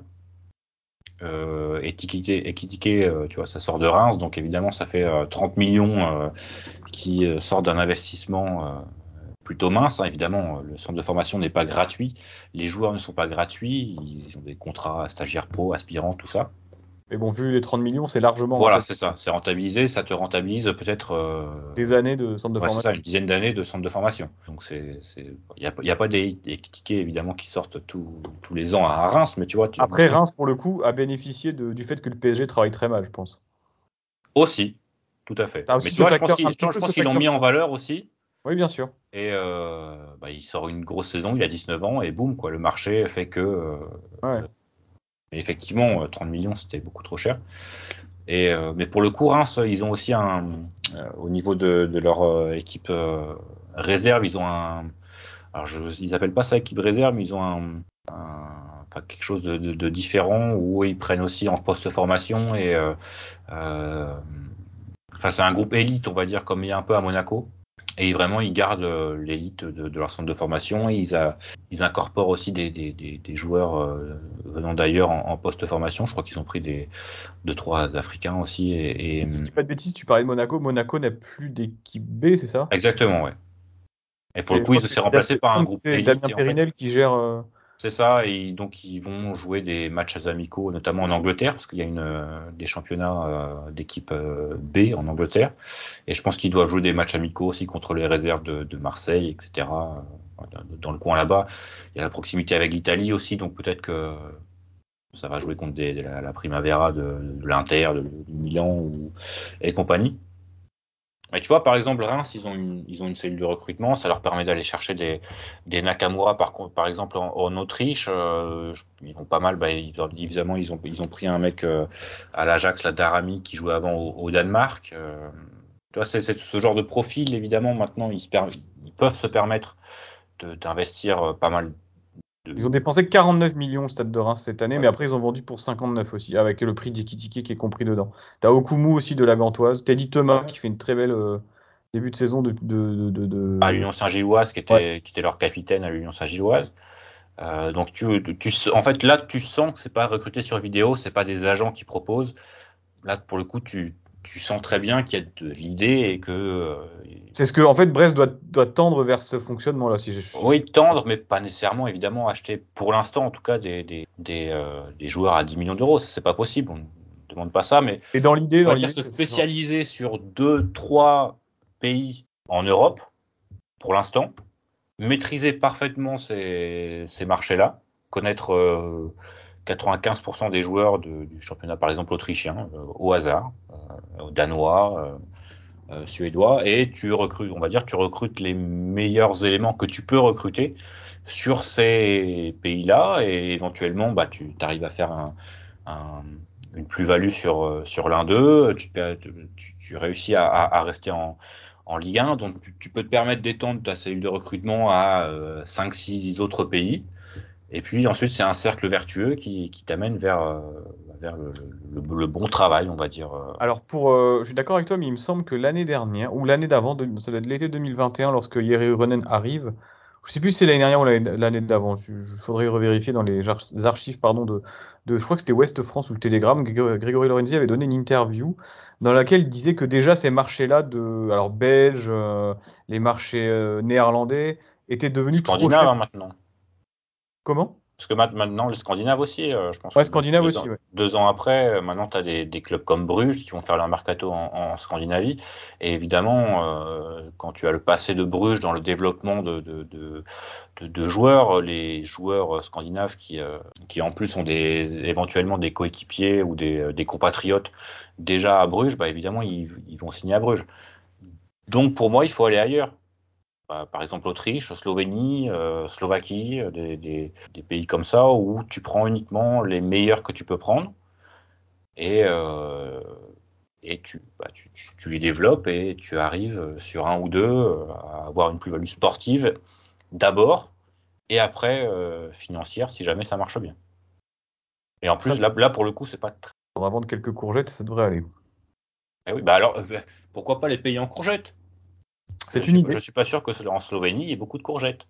Étiqueté, tu vois, ça sort de Reims, donc évidemment, ça fait 30 millions qui sortent d'un investissement plutôt mince, hein. Évidemment, le centre de formation n'est pas gratuit, les joueurs ne sont pas gratuits, ils ont des contrats stagiaires pro, aspirants, tout ça. Mais bon, vu les 30 millions, c'est largement Voilà, rentable. c'est ça, c'est rentabilisé, ça te rentabilise peut-être Des années de centre de ouais, c'est ça, formation. une dizaine d'années de centre de formation. Donc il y a pas des tickets évidemment qui sortent tous les ans à Reims, mais tu vois, Après, Reims, pour le coup, a bénéficié du fait que le PSG travaille très mal, je pense. aussi, tout à fait. T'as Mais aussi tu ce vois, facteur, un petit je peu ce pense qu'ils l'ont facteur. mis en valeur aussi. Oui, bien sûr. Et bah, il sort une grosse saison, il a 19 ans, et boum, quoi, le marché fait que. Ouais. Mais effectivement, 30 millions, c'était beaucoup trop cher. Mais pour le coup, Reims, ils ont aussi au niveau de leur équipe réserve, ils ont alors ils appellent pas ça équipe réserve, mais ils ont enfin, quelque chose de différent où ils prennent aussi en post-formation euh, enfin, c'est un groupe élite, on va dire, comme il y a un peu à Monaco. Et vraiment, ils gardent l'élite de leur centre de formation. Et ils incorporent aussi des joueurs venant d'ailleurs en post-formation. Je crois qu'ils ont pris 2-3 Africains aussi. Et si je dis pas de bêtises, tu parlais de Monaco. Monaco n'a plus d'équipe B, c'est ça? Exactement, ouais. Et pour le Je coup, crois ils que se sont c'est remplacés par un groupe c'est élite. Damien Et en fait, Périnel qui gère. C'est ça, et donc ils vont jouer des matchs amicaux, notamment en Angleterre, parce qu'il y a des championnats d'équipe B en Angleterre, et je pense qu'ils doivent jouer des matchs amicaux aussi contre les réserves de Marseille, etc. Dans le coin là-bas, il y a la proximité avec l'Italie aussi, donc peut-être que ça va jouer contre la Primavera de l'Inter, du Milan et compagnie. Mais tu vois, par exemple, Reims, ils ont une cellule de recrutement, ça leur permet d'aller chercher des Nakamura, par exemple, en Autriche. Ils vont pas mal, évidemment, ils ont pris un mec à l'Ajax, la Darami, qui jouait avant au Danemark. Tu vois, c'est ce genre de profil, évidemment, maintenant, ils peuvent se permettre d'investir pas mal. Ils ont dépensé 49 millions au Stade de Reims cette année, Ouais. mais après ils ont vendu pour 59 aussi, avec le prix d'Ekitike qui est compris dedans. T'as Okumu aussi de la Gantoise, Teddy Thomas qui fait une très belle début de saison À l'Union Saint-Gilloise, qui Ouais. était leur capitaine à l'Union Saint-Gilloise. Donc en fait, là, tu sens que c'est pas recruté sur vidéo, c'est pas des agents qui proposent. Là, pour le coup, tu sens très bien qu'il y a de l'idée et que C'est ce que en fait Brest doit tendre vers ce fonctionnement-là. oui, tendre, mais pas nécessairement, évidemment, acheter pour l'instant, en tout cas, des joueurs à 10 millions d'euros. Ça, c'est pas possible. On ne demande pas ça, mais Et dans on va l'idée, dire se spécialiser sur 2-3 pays en Europe pour l'instant, maîtriser parfaitement ces marchés-là, connaître 95% des joueurs du championnat, par exemple autrichien, au hasard, danois, suédois, et tu recrutes les meilleurs éléments que tu peux recruter sur ces pays-là, et éventuellement, tu arrives à faire une plus-value sur l'un d'eux, tu réussis à rester en Ligue 1, donc tu peux te permettre d'étendre ta cellule de recrutement à 5-6 autres pays. Et puis ensuite, c'est un cercle vertueux qui t'amène vers le bon travail, on va dire. Alors je suis d'accord avec toi, mais il me semble que l'année dernière ou l'année d'avant, ça doit être l'été 2021, lorsque Jere Runen arrive. Je sais plus si c'est l'année dernière ou l'année d'avant. Il faudrait revérifier dans les archives, pardon, je crois que c'était Ouest France ou le Télégramme. Grégory Lorenzi avait donné une interview dans laquelle il disait que déjà ces marchés-là alors belges, les marchés néerlandais étaient devenus trop Scandinave chers. hein, maintenant. Comment? Parce que maintenant, les Scandinaves aussi, je pense Ouais, que Scandinave aussi, ouais. 2 ans après, maintenant, tu as des clubs comme Bruges qui vont faire leur mercato en Scandinavie. Et évidemment, quand tu as le passé de Bruges dans le développement de joueurs, les joueurs scandinaves qui en plus ont éventuellement des coéquipiers ou des compatriotes déjà à Bruges, évidemment, ils vont signer à Bruges. Donc pour moi, il faut aller ailleurs. Par exemple l'Autriche, Slovénie, Slovaquie, des pays comme ça où tu prends uniquement les meilleurs que tu peux prendre et, euh, et tu les développes et tu arrives sur un ou deux à avoir une plus-value sportive d'abord et après financière si jamais ça marche bien. Et en plus là pour le coup c'est pas très... On va vendre quelques courgettes, ça devrait aller. Eh oui, alors pourquoi pas les payer en courgettes? C'est une idée. Je suis pas sûr que en Slovénie il y ait beaucoup de courgettes.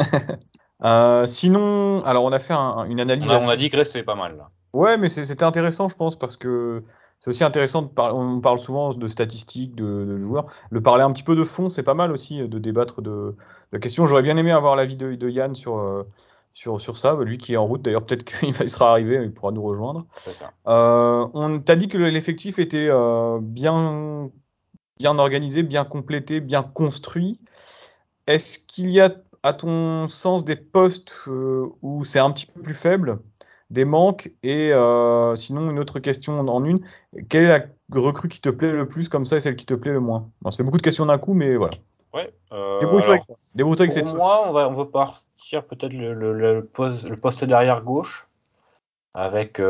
Sinon, alors on a fait une analyse On a digressé pas mal là. Ouais, mais c'était intéressant, je pense, parce que c'est aussi intéressant on parle souvent de statistiques, de joueurs. Le parler un petit peu de fond, c'est pas mal aussi de débattre de la question. J'aurais bien aimé avoir l'avis de Yann sur ça, lui qui est en route. D'ailleurs, peut-être qu'il sera arrivé, il pourra nous rejoindre. C'est ça. On t'a dit que l'effectif était bien organisé, bien complété, bien construit. Est-ce qu'il y a, à ton sens, des postes où c'est un petit peu plus faible, des manques? Et sinon, une autre question en une, quelle est la recrue qui te plaît le plus comme ça et celle qui te plaît le moins? Bon, ça fait beaucoup de questions d'un coup, mais voilà. Ouais. Débrouille-toi avec Alors ça. Débrouille-toi avec pour cette moi, saucisse. on va partir peut-être le poste derrière gauche avec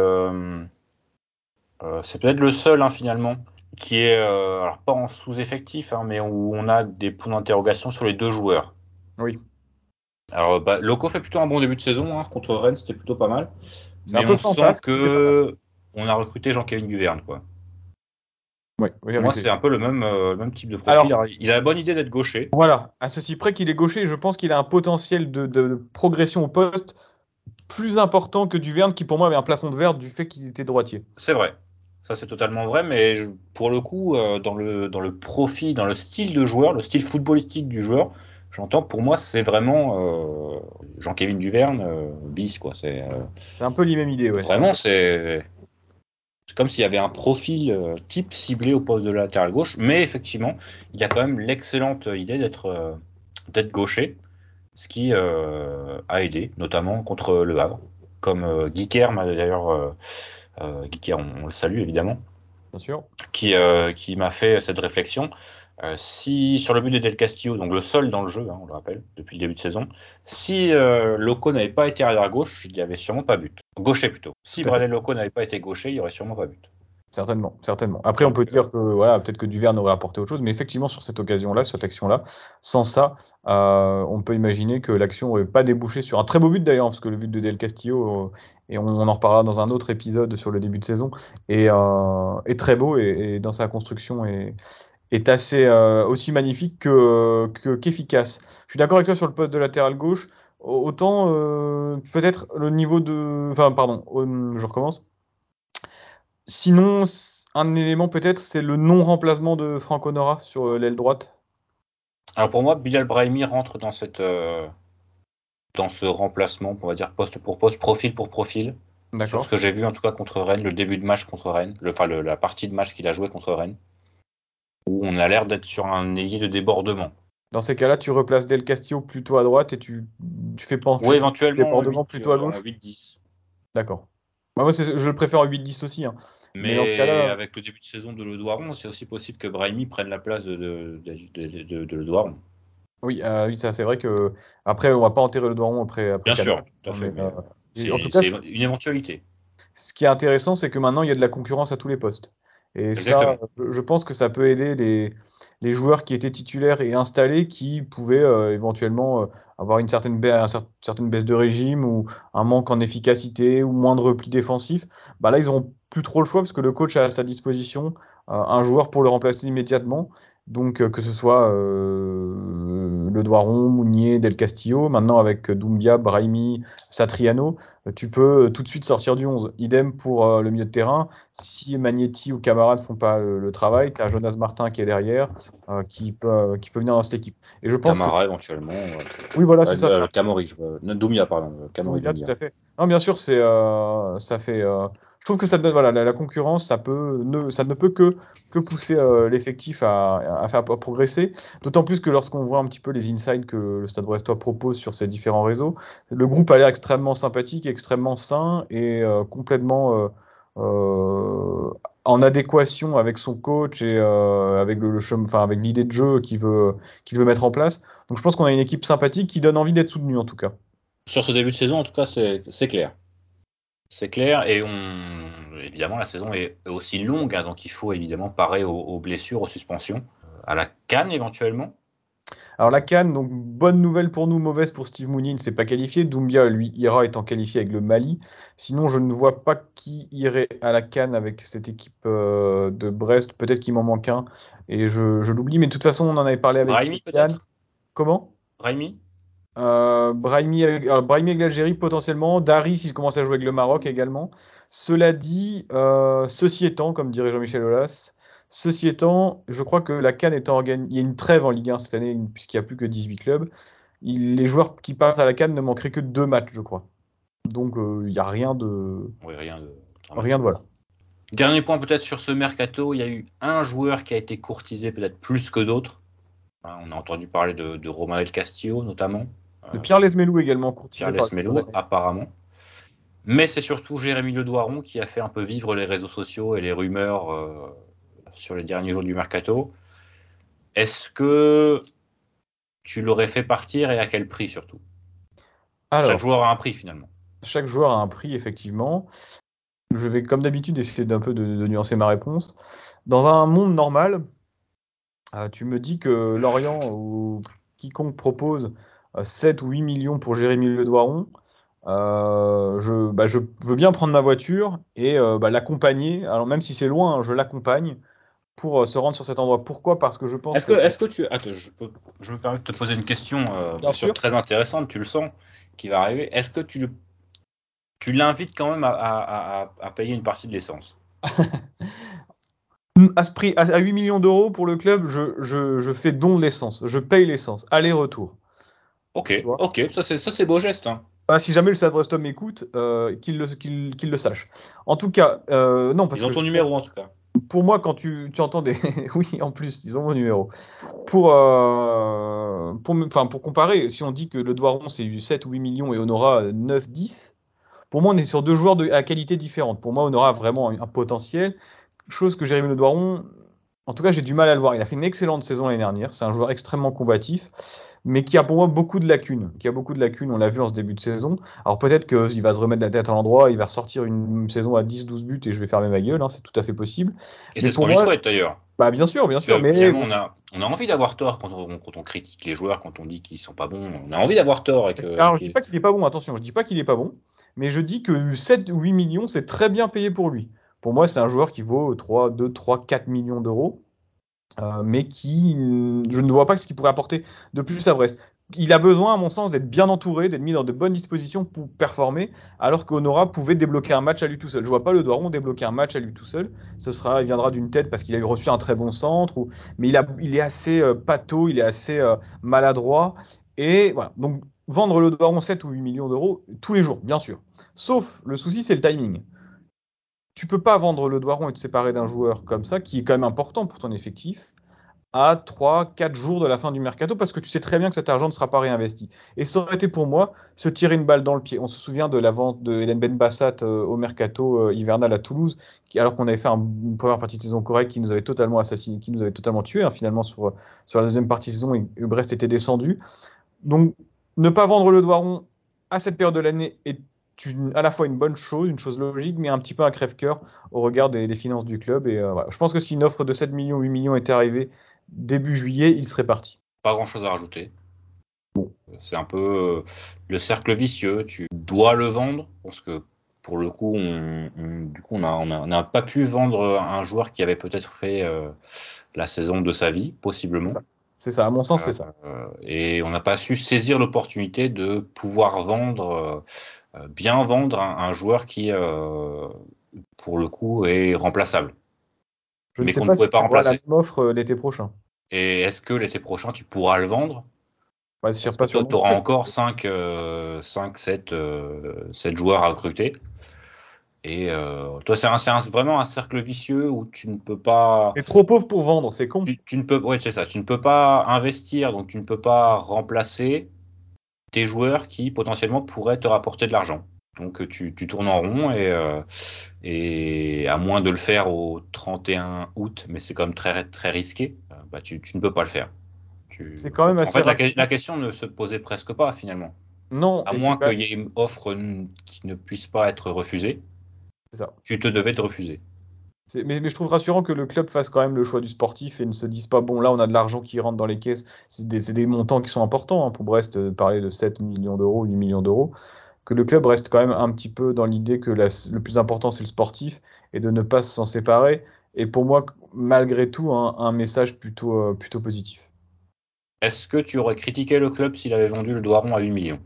c'est peut-être le seul finalement qui est alors pas en sous-effectif mais où on a des points d'interrogation sur les deux joueurs. Oui, Alors Loco fait plutôt un bon début de saison contre Rennes, c'était plutôt pas mal, c'est un mais peu on sent fantasque, mais c'est pas mal. que on a recruté Jean-Kévin Duverne quoi. Oui, oui, Moi, c'est un peu le même type de profil. Alors, Alors, il a la bonne idée d'être gaucher. voilà, à ceci près qu'il est gaucher, je pense qu'il a un potentiel de progression au poste plus important que Duverne, qui pour moi avait un plafond de verre du fait qu'il était droitier. C'est vrai. Ça, c'est totalement vrai, mais pour le coup, dans le profil, dans le style de joueur, le style footballistique du joueur, j'entends. Pour moi, c'est vraiment Jean-Kévin Duverne bis, quoi. C'est un peu les mêmes idées, ouais. vraiment, c'est comme s'il y avait un profil type ciblé au poste de latéral gauche, mais effectivement, il y a quand même l'excellente idée d'être gaucher, ce qui a aidé, notamment contre Le Havre, comme Guy Kerr m'a d'ailleurs, Guy Kerr, on le salue évidemment, Bien sûr. qui m'a fait cette réflexion. Si sur le but de Del Castillo, donc le seul dans le jeu, on le rappelle, depuis le début de saison, si Loco n'avait pas été arrière gauche, il n'y avait sûrement pas but. Gaucher plutôt. Si Tout à fait. Bradley Loco n'avait pas été gaucher, il n'y aurait sûrement pas but. Certainement. Après, on peut dire que voilà, peut-être que Duverne aurait apporté autre chose, mais effectivement, sur cette occasion-là, sur cette action-là, sans ça, on peut imaginer que l'action n'aurait pas débouché sur un très beau but d'ailleurs, parce que le but de Del Castillo, et on en reparlera dans un autre épisode sur le début de saison, est très beau et dans sa construction est assez aussi magnifique qu'efficace. Je suis d'accord avec toi sur le poste de latéral gauche. Autant peut-être le niveau de, enfin pardon, je recommence. Sinon, un élément peut-être, c'est le non-remplacement de Franco Nora sur l'aile droite. Alors pour moi, Bilal Brahimi rentre dans ce remplacement, on va dire poste pour poste, profil pour profil. Sur ce D'accord. que j'ai vu en tout cas contre Rennes, le début de match contre Rennes, la partie de match qu'il a joué contre Rennes, où on a l'air d'être sur un ailier de débordement. Dans ces cas-là, tu replaces Del Castillo plutôt à droite et tu fais Ou pencher ton éventuellement débordement plutôt à en gauche. 8-10. D'accord. Moi, je le préfère en 8-10 aussi, hein. Mais dans ce Mais cas-là, avec le début de saison de Ledouaron, c'est aussi possible que Brahimi prenne la place de Ledouaron. oui, oui, ça c'est vrai que après, on va pas enterrer le Doiron après Bien Canal. sûr, tout à fait. Mais, Mais en tout c'est cas, une éventualité. ce qui est intéressant, c'est que maintenant, il y a de la concurrence à tous les postes. Et ça, Exactement. je pense que ça peut aider les joueurs qui étaient titulaires et installés, qui pouvaient éventuellement avoir certaine baisse de régime ou un manque en efficacité ou moins de repli défensif. Bah là, ils n'auront plus trop le choix parce que le coach a à sa disposition un joueur pour le remplacer immédiatement. Donc, que ce soit Le Doiron, Mounier, Del Castillo, maintenant avec Doumbia, Brahimi, Satriano, tu peux tout de suite sortir du 11. Idem pour le milieu de terrain. Si Magnetti ou Camara ne font pas le travail, tu as Jonas Martin qui est derrière, qui peut venir dans cette équipe. Et je pense que. Camara éventuellement. Oui, voilà, c'est ça. Camori. Doumbia, pardon. Camori Doumbia, Doumbia. tout à fait. Non, bien sûr, ça fait. Je trouve que ça donne, voilà, la concurrence, ça ne peut que pousser l'effectif à faire progresser. D'autant plus que lorsqu'on voit un petit peu les insights que le Stade Brestois propose sur ses différents réseaux, le groupe a l'air extrêmement sympathique, extrêmement sain et complètement en adéquation avec son coach et avec enfin, avec l'idée de jeu qu'il veut mettre en place. Donc je pense qu'on a une équipe sympathique qui donne envie d'être soutenue en tout cas. Sur ce début de saison, en tout cas, c'est clair. C'est clair, et évidemment, la saison est aussi longue, hein, donc il faut évidemment parer aux blessures, aux suspensions, à la CAN éventuellement. Alors la CAN, donc bonne nouvelle pour nous, mauvaise pour Steve Mounier, il ne s'est pas qualifié. Doumbia, lui, ira étant qualifié avec le Mali. Sinon, je ne vois pas qui irait à la CAN avec cette équipe de Brest. Peut-être qu'il m'en manque un et je l'oublie, mais de toute façon, on en avait parlé avec Brahimi Yann. peut-être. Comment? Brahimi. Brahimi avec l'Algérie potentiellement. Dari s'il commence à jouer avec le Maroc également. Cela dit, ceci étant, comme dirait Jean-Michel Aulas, ceci étant, je crois que la CAN étant organisée, il y a une trêve en Ligue 1 cette année puisqu'il n'y a plus que 18 clubs. Les joueurs qui partent à la CAN ne manqueraient que 2 matchs, je crois. Donc il n'y a rien de, Oui, rien rien de voilà. Dernier point peut-être sur ce mercato, il y a eu un joueur qui a été courtisé peut-être plus que d'autres. On a entendu parler de Romain Del Castillo notamment. De Pierre Lesmelou également, courtisé Pierre par Lesmelou apparemment. Mais c'est surtout Jérémy Ledouaron qui a fait un peu vivre les réseaux sociaux et les rumeurs sur les derniers jours du mercato. Est-ce que tu l'aurais fait partir et à quel prix surtout? Chaque Alors, joueur a un prix finalement. chaque joueur a un prix, effectivement. Je vais, comme d'habitude, essayer d'un peu de nuancer ma réponse. Dans un monde normal, tu me dis que Lorient ou quiconque propose 7 ou 8 millions pour Jérémy Ledouaron, je veux bien prendre ma voiture et l'accompagner. Alors même si c'est loin, hein, je l'accompagne pour se rendre sur cet endroit. Pourquoi? Parce que je pense que. Est-ce que tu. Attends, je me permets de te poser une question, Bien bien sûr sûr. très intéressante, tu le sens, qui va arriver. Est-ce que tu l'invites quand même à payer une partie de l'essence? à ce prix, à 8 millions d'euros pour le club, je fais don de l'essence. Je paye l'essence. Aller-retour. Ok, ça c'est beau geste. Hein. Bah, si jamais le Stade Brestois m'écoute, qu'il le sache. En tout cas, non, parce Ils ont que ton numéro en tout cas. pour moi, quand tu entends des... oui, en plus, ils ont mon numéro. Pour comparer, si on dit que le Doiron, c'est 7 ou 8 millions et Honora 9, 10, pour moi, on est sur deux joueurs à qualité différente. Pour moi, Honora a vraiment un potentiel. Chose que Jérémy Le Doiron, en tout cas, j'ai du mal à le voir. Il a fait une excellente saison l'année dernière. C'est un joueur extrêmement combatif, mais qui a pour moi beaucoup de lacunes. On l'a vu en ce début de saison. Alors peut-être qu'il va se remettre la tête à l'endroit, il va ressortir une saison à 10-12 buts et je vais fermer ma gueule. Hein, c'est tout à fait possible. Et Mais c'est ce pour qu'on lui moi, souhaite d'ailleurs. bah bien sûr, mais Finalement, on a envie d'avoir tort quand on critique les joueurs, quand on dit qu'ils sont pas bons. On a envie d'avoir tort. alors je dis pas qu'il est pas bon. Attention, je dis pas qu'il est pas bon, mais je dis que 7 ou 8 millions, c'est très bien payé pour lui. Pour moi, c'est un joueur qui vaut 2, 3, 4 millions d'euros. Mais qui, je ne vois pas ce qu'il pourrait apporter de plus à Brest. Il a besoin, à mon sens, d'être bien entouré, d'être mis dans de bonnes dispositions pour performer, alors qu'Honora pouvait débloquer un match à lui tout seul. Je vois pas le Doiron débloquer un match à lui tout seul. Il viendra d'une tête parce qu'il a reçu un très bon centre, mais il est assez pâteau, il est assez maladroit. Et voilà. Donc, vendre le Doiron 7 ou 8 millions d'euros tous les jours, bien sûr. Sauf, le souci, c'est le timing. Tu peux pas vendre le Doiron et te séparer d'un joueur comme ça, qui est quand même important pour ton effectif, à 3-4 jours de la fin du mercato, parce que tu sais très bien que cet argent ne sera pas réinvesti. Et ça aurait été pour moi se tirer une balle dans le pied. On se souvient de la vente de Eden Benbassat au mercato hivernal à Toulouse, alors qu'on avait fait une première partie de saison correcte qui nous avait totalement assassiné, qui nous avait totalement tué, hein, finalement sur la deuxième partie de saison, et Brest était descendu. Donc ne pas vendre le Doiron à cette période de l'année est à la fois une bonne chose, une chose logique, mais un petit peu un crève-cœur au regard des finances du club. Et voilà. Je pense que si une offre de 7 millions, 8 millions était arrivée début juillet, il serait parti. Pas grand chose à rajouter. C'est un peu le cercle vicieux. Tu dois le vendre parce que pour le coup, on n'a pas pu vendre un joueur qui avait peut-être fait la saison de sa vie, possiblement. C'est ça, à mon sens, c'est ça. Et on n'a pas su saisir l'opportunité de pouvoir bien vendre un joueur qui, pour le coup, est remplaçable. Je ne sais pas si tu auras la même offre l'été prochain. Et est-ce que l'été prochain, tu pourras le vendre? Bah, tu auras encore 7 joueurs à recruter. Et toi, c'est vraiment un cercle vicieux où tu ne peux pas. T'es trop pauvre pour vendre, c'est con. Ouais, c'est ça. Tu ne peux pas investir, donc tu ne peux pas remplacer tes joueurs qui potentiellement pourraient te rapporter de l'argent. Donc tu tournes en rond et à moins de le faire au 31 août, mais c'est quand même très, très risqué, bah tu ne peux pas le faire. C'est quand même assez. En fait, la question ne se posait presque pas finalement. Non. À moins qu'il y ait une offre qui ne puisse pas être refusée. C'est ça. Tu te devais te refuser. Mais je trouve rassurant que le club fasse quand même le choix du sportif et ne se dise pas, bon, là, on a de l'argent qui rentre dans les caisses. C'est des montants qui sont importants hein, pour Brest, parler de 7 millions d'euros, 8 millions d'euros. Que le club reste quand même un petit peu dans l'idée que le plus important, c'est le sportif et de ne pas s'en séparer. Et pour moi, malgré tout, un message plutôt positif. Est-ce que tu aurais critiqué le club s'il avait vendu le Doiron à 8 millions?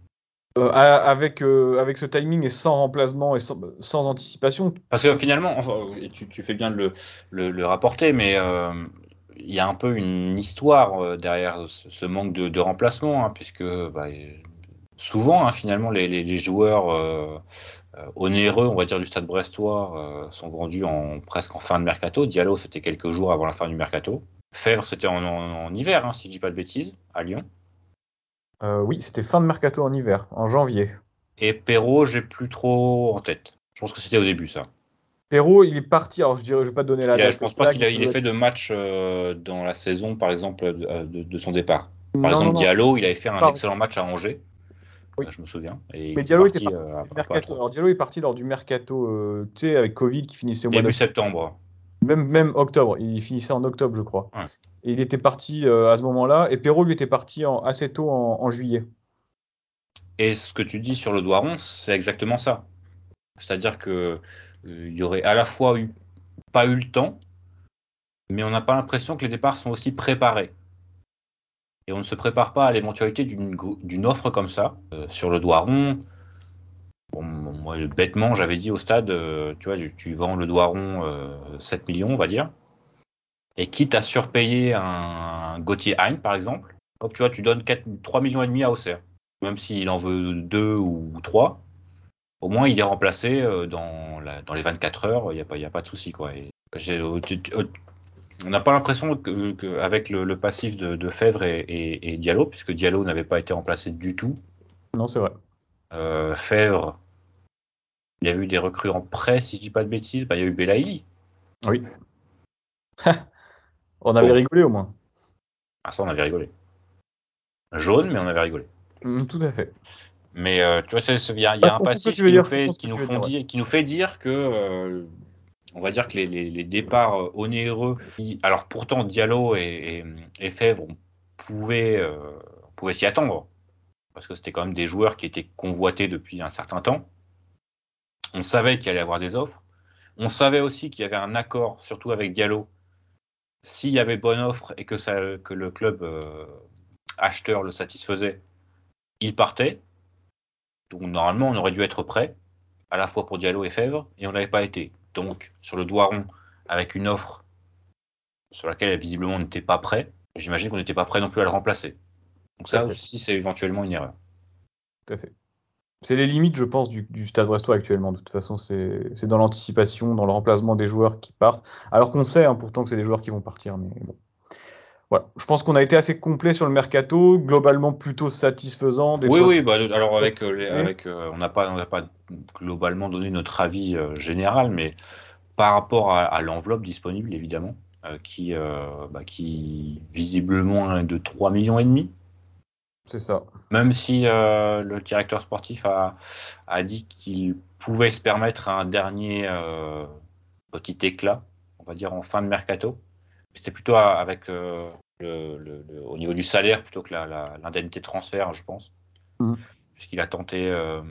Avec ce timing et sans remplacement et sans anticipation. Parce que finalement, enfin, tu fais bien de le rapporter, mais il y a un peu une histoire derrière ce manque de remplacement, hein, puisque bah, souvent, hein, finalement, les joueurs onéreux, on va dire, du Stade Brestois sont vendus presque en fin de mercato. Diallo, c'était quelques jours avant la fin du mercato. Fèvre, c'était en hiver, hein, si je dis pas de bêtises, à Lyon. Oui, c'était fin de mercato en hiver, en janvier. Et Perrault, j'ai plus trop en tête. Je pense que c'était au début, ça. Perrault, il est parti. Alors, je vais pas te donner la date. Je pense pas qu'il ait fait de match dans la saison, par exemple, de son départ. Par exemple, Diallo, il avait fait un excellent match à Angers. Oui. Je me souviens. Et mais Diallo était parti mercato. Alors, Diallo est parti lors du mercato, tu sais, avec Covid qui finissait au mois de septembre. Même octobre. Il finissait en octobre, je crois. Ouais. Et il était parti à ce moment-là. Et Perrault, lui, était parti assez tôt en juillet. Et ce que tu dis sur le Doiron, c'est exactement ça. C'est-à-dire que il y aurait à la fois pas eu le temps, mais on n'a pas l'impression que les départs sont aussi préparés. Et on ne se prépare pas à l'éventualité d'une offre comme ça. Sur le Doiron, bon, moi, bêtement, j'avais dit au stade, tu vois, tu vends le Doiron 7 millions, on va dire. Et quitte à surpayer un Gauthier Hein, par exemple, hop, tu vois, tu donnes 3,5 millions à Auxerre. Même s'il en veut 2 ou 3, au moins il est remplacé dans les 24 heures, il n'y a pas de souci, quoi. Et on n'a pas l'impression qu'avec le passif de Fèvre et Diallo, puisque Diallo n'avait pas été remplacé du tout. Non, c'est vrai. Fèvre, il y a eu des recrues en prêt, si je dis pas de bêtises. Il y a eu Belaïli. Oui. On avait rigolé au moins. Ah, ça, on avait rigolé. Jaune, mais on avait rigolé. Tout à fait. Mais tu vois, il y a un passif qui nous fait dire que, on va dire que les départs onéreux, alors pourtant Diallo et Fèvre, on pouvait s'y attendre, parce que c'était quand même des joueurs qui étaient convoités depuis un certain temps. On savait qu'il allait y avoir des offres. On savait aussi qu'il y avait un accord, surtout avec Diallo, s'il y avait bonne offre et que le club acheteur le satisfaisait, il partait. Donc normalement, on aurait dû être prêt, à la fois pour Diallo et Fèvre, et on n'avait pas été. Donc sur le Doiron, avec une offre sur laquelle visiblement on n'était pas prêt, j'imagine qu'on n'était pas prêt non plus à le remplacer. Donc ça aussi, c'est éventuellement une erreur. Tout à fait. C'est les limites, je pense, du Stade Brestois actuellement. De toute façon, c'est dans l'anticipation, dans le remplacement des joueurs qui partent. Alors qu'on sait pourtant que c'est des joueurs qui vont partir, mais bon. Voilà. Je pense qu'on a été assez complet sur le mercato, globalement plutôt satisfaisant. Oui. Alors on n'a pas globalement donné notre avis général, mais par rapport à l'enveloppe disponible, évidemment, qui visiblement est de 3,5 millions. C'est ça. Même si le directeur sportif a dit qu'il pouvait se permettre un dernier petit éclat, on va dire en fin de mercato. C'était plutôt avec au niveau du salaire plutôt que l'indemnité de transfert, je pense. Mmh. Puisqu'il a tenté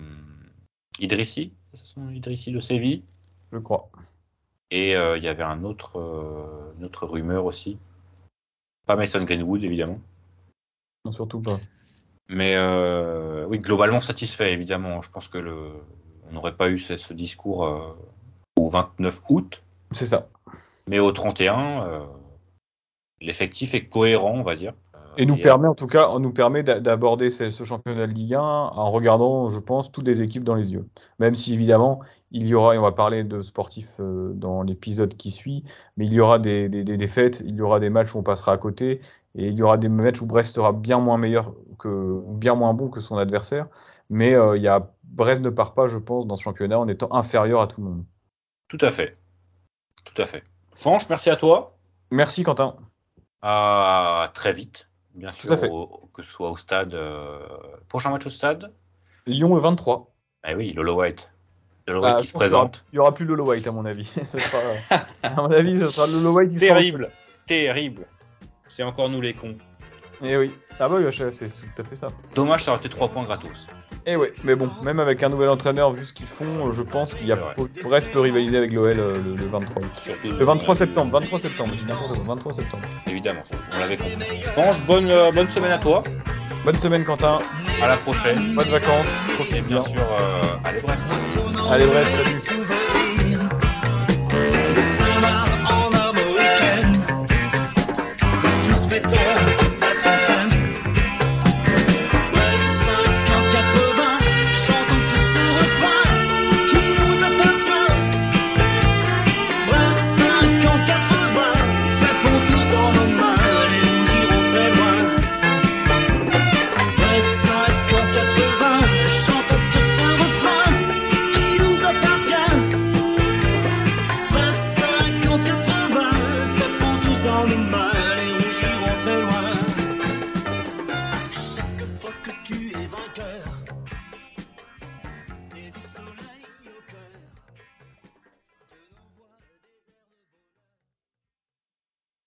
Idrissi, c'est son Idrissi de Séville. Je crois. Et il y avait une autre rumeur aussi. Pas Mason Greenwood, évidemment. Non, surtout pas. Mais oui, globalement satisfait, évidemment. Je pense que on n'aurait pas eu ce discours au 29 août. C'est ça. Mais au 31, l'effectif est cohérent, on va dire. Et nous permet d'aborder ce championnat de Ligue 1 en regardant, je pense, toutes les équipes dans les yeux. Même si évidemment, il y aura, et on va parler de sportifs dans l'épisode qui suit, mais il y aura des défaites, il y aura des matchs où on passera à côté, et il y aura des matchs où Brest sera bien moins bon que son adversaire. Mais Brest ne part pas, je pense, dans ce championnat en étant inférieur à tout le monde. Tout à fait. Franche, merci à toi. Merci Quentin. À très vite. Bien sûr, que ce soit au stade. Prochain match au stade Lyon le 23. Eh oui, Lolo White. Lolo White qui se présente. Il n'y aura plus Lolo White, à mon avis. À mon avis, ce sera Lolo White. Terrible. C'est encore nous les cons. Eh oui. Ah bah oui, c'est tout à fait ça. Dommage, ça aurait été 3 points gratos. Eh ouais, mais bon, même avec un nouvel entraîneur, vu ce qu'ils font, je pense qu'il y a Brest peut rivaliser avec l'OL le 23 août. Surtout le 23 septembre, je dis n'importe quoi, 23 septembre. Évidemment, on l'avait compris. Franche, bonne semaine à toi. Bonne semaine Quentin. À la prochaine. Bonnes vacances. Et bien sûr, allez Brest. Allez Brest, salut.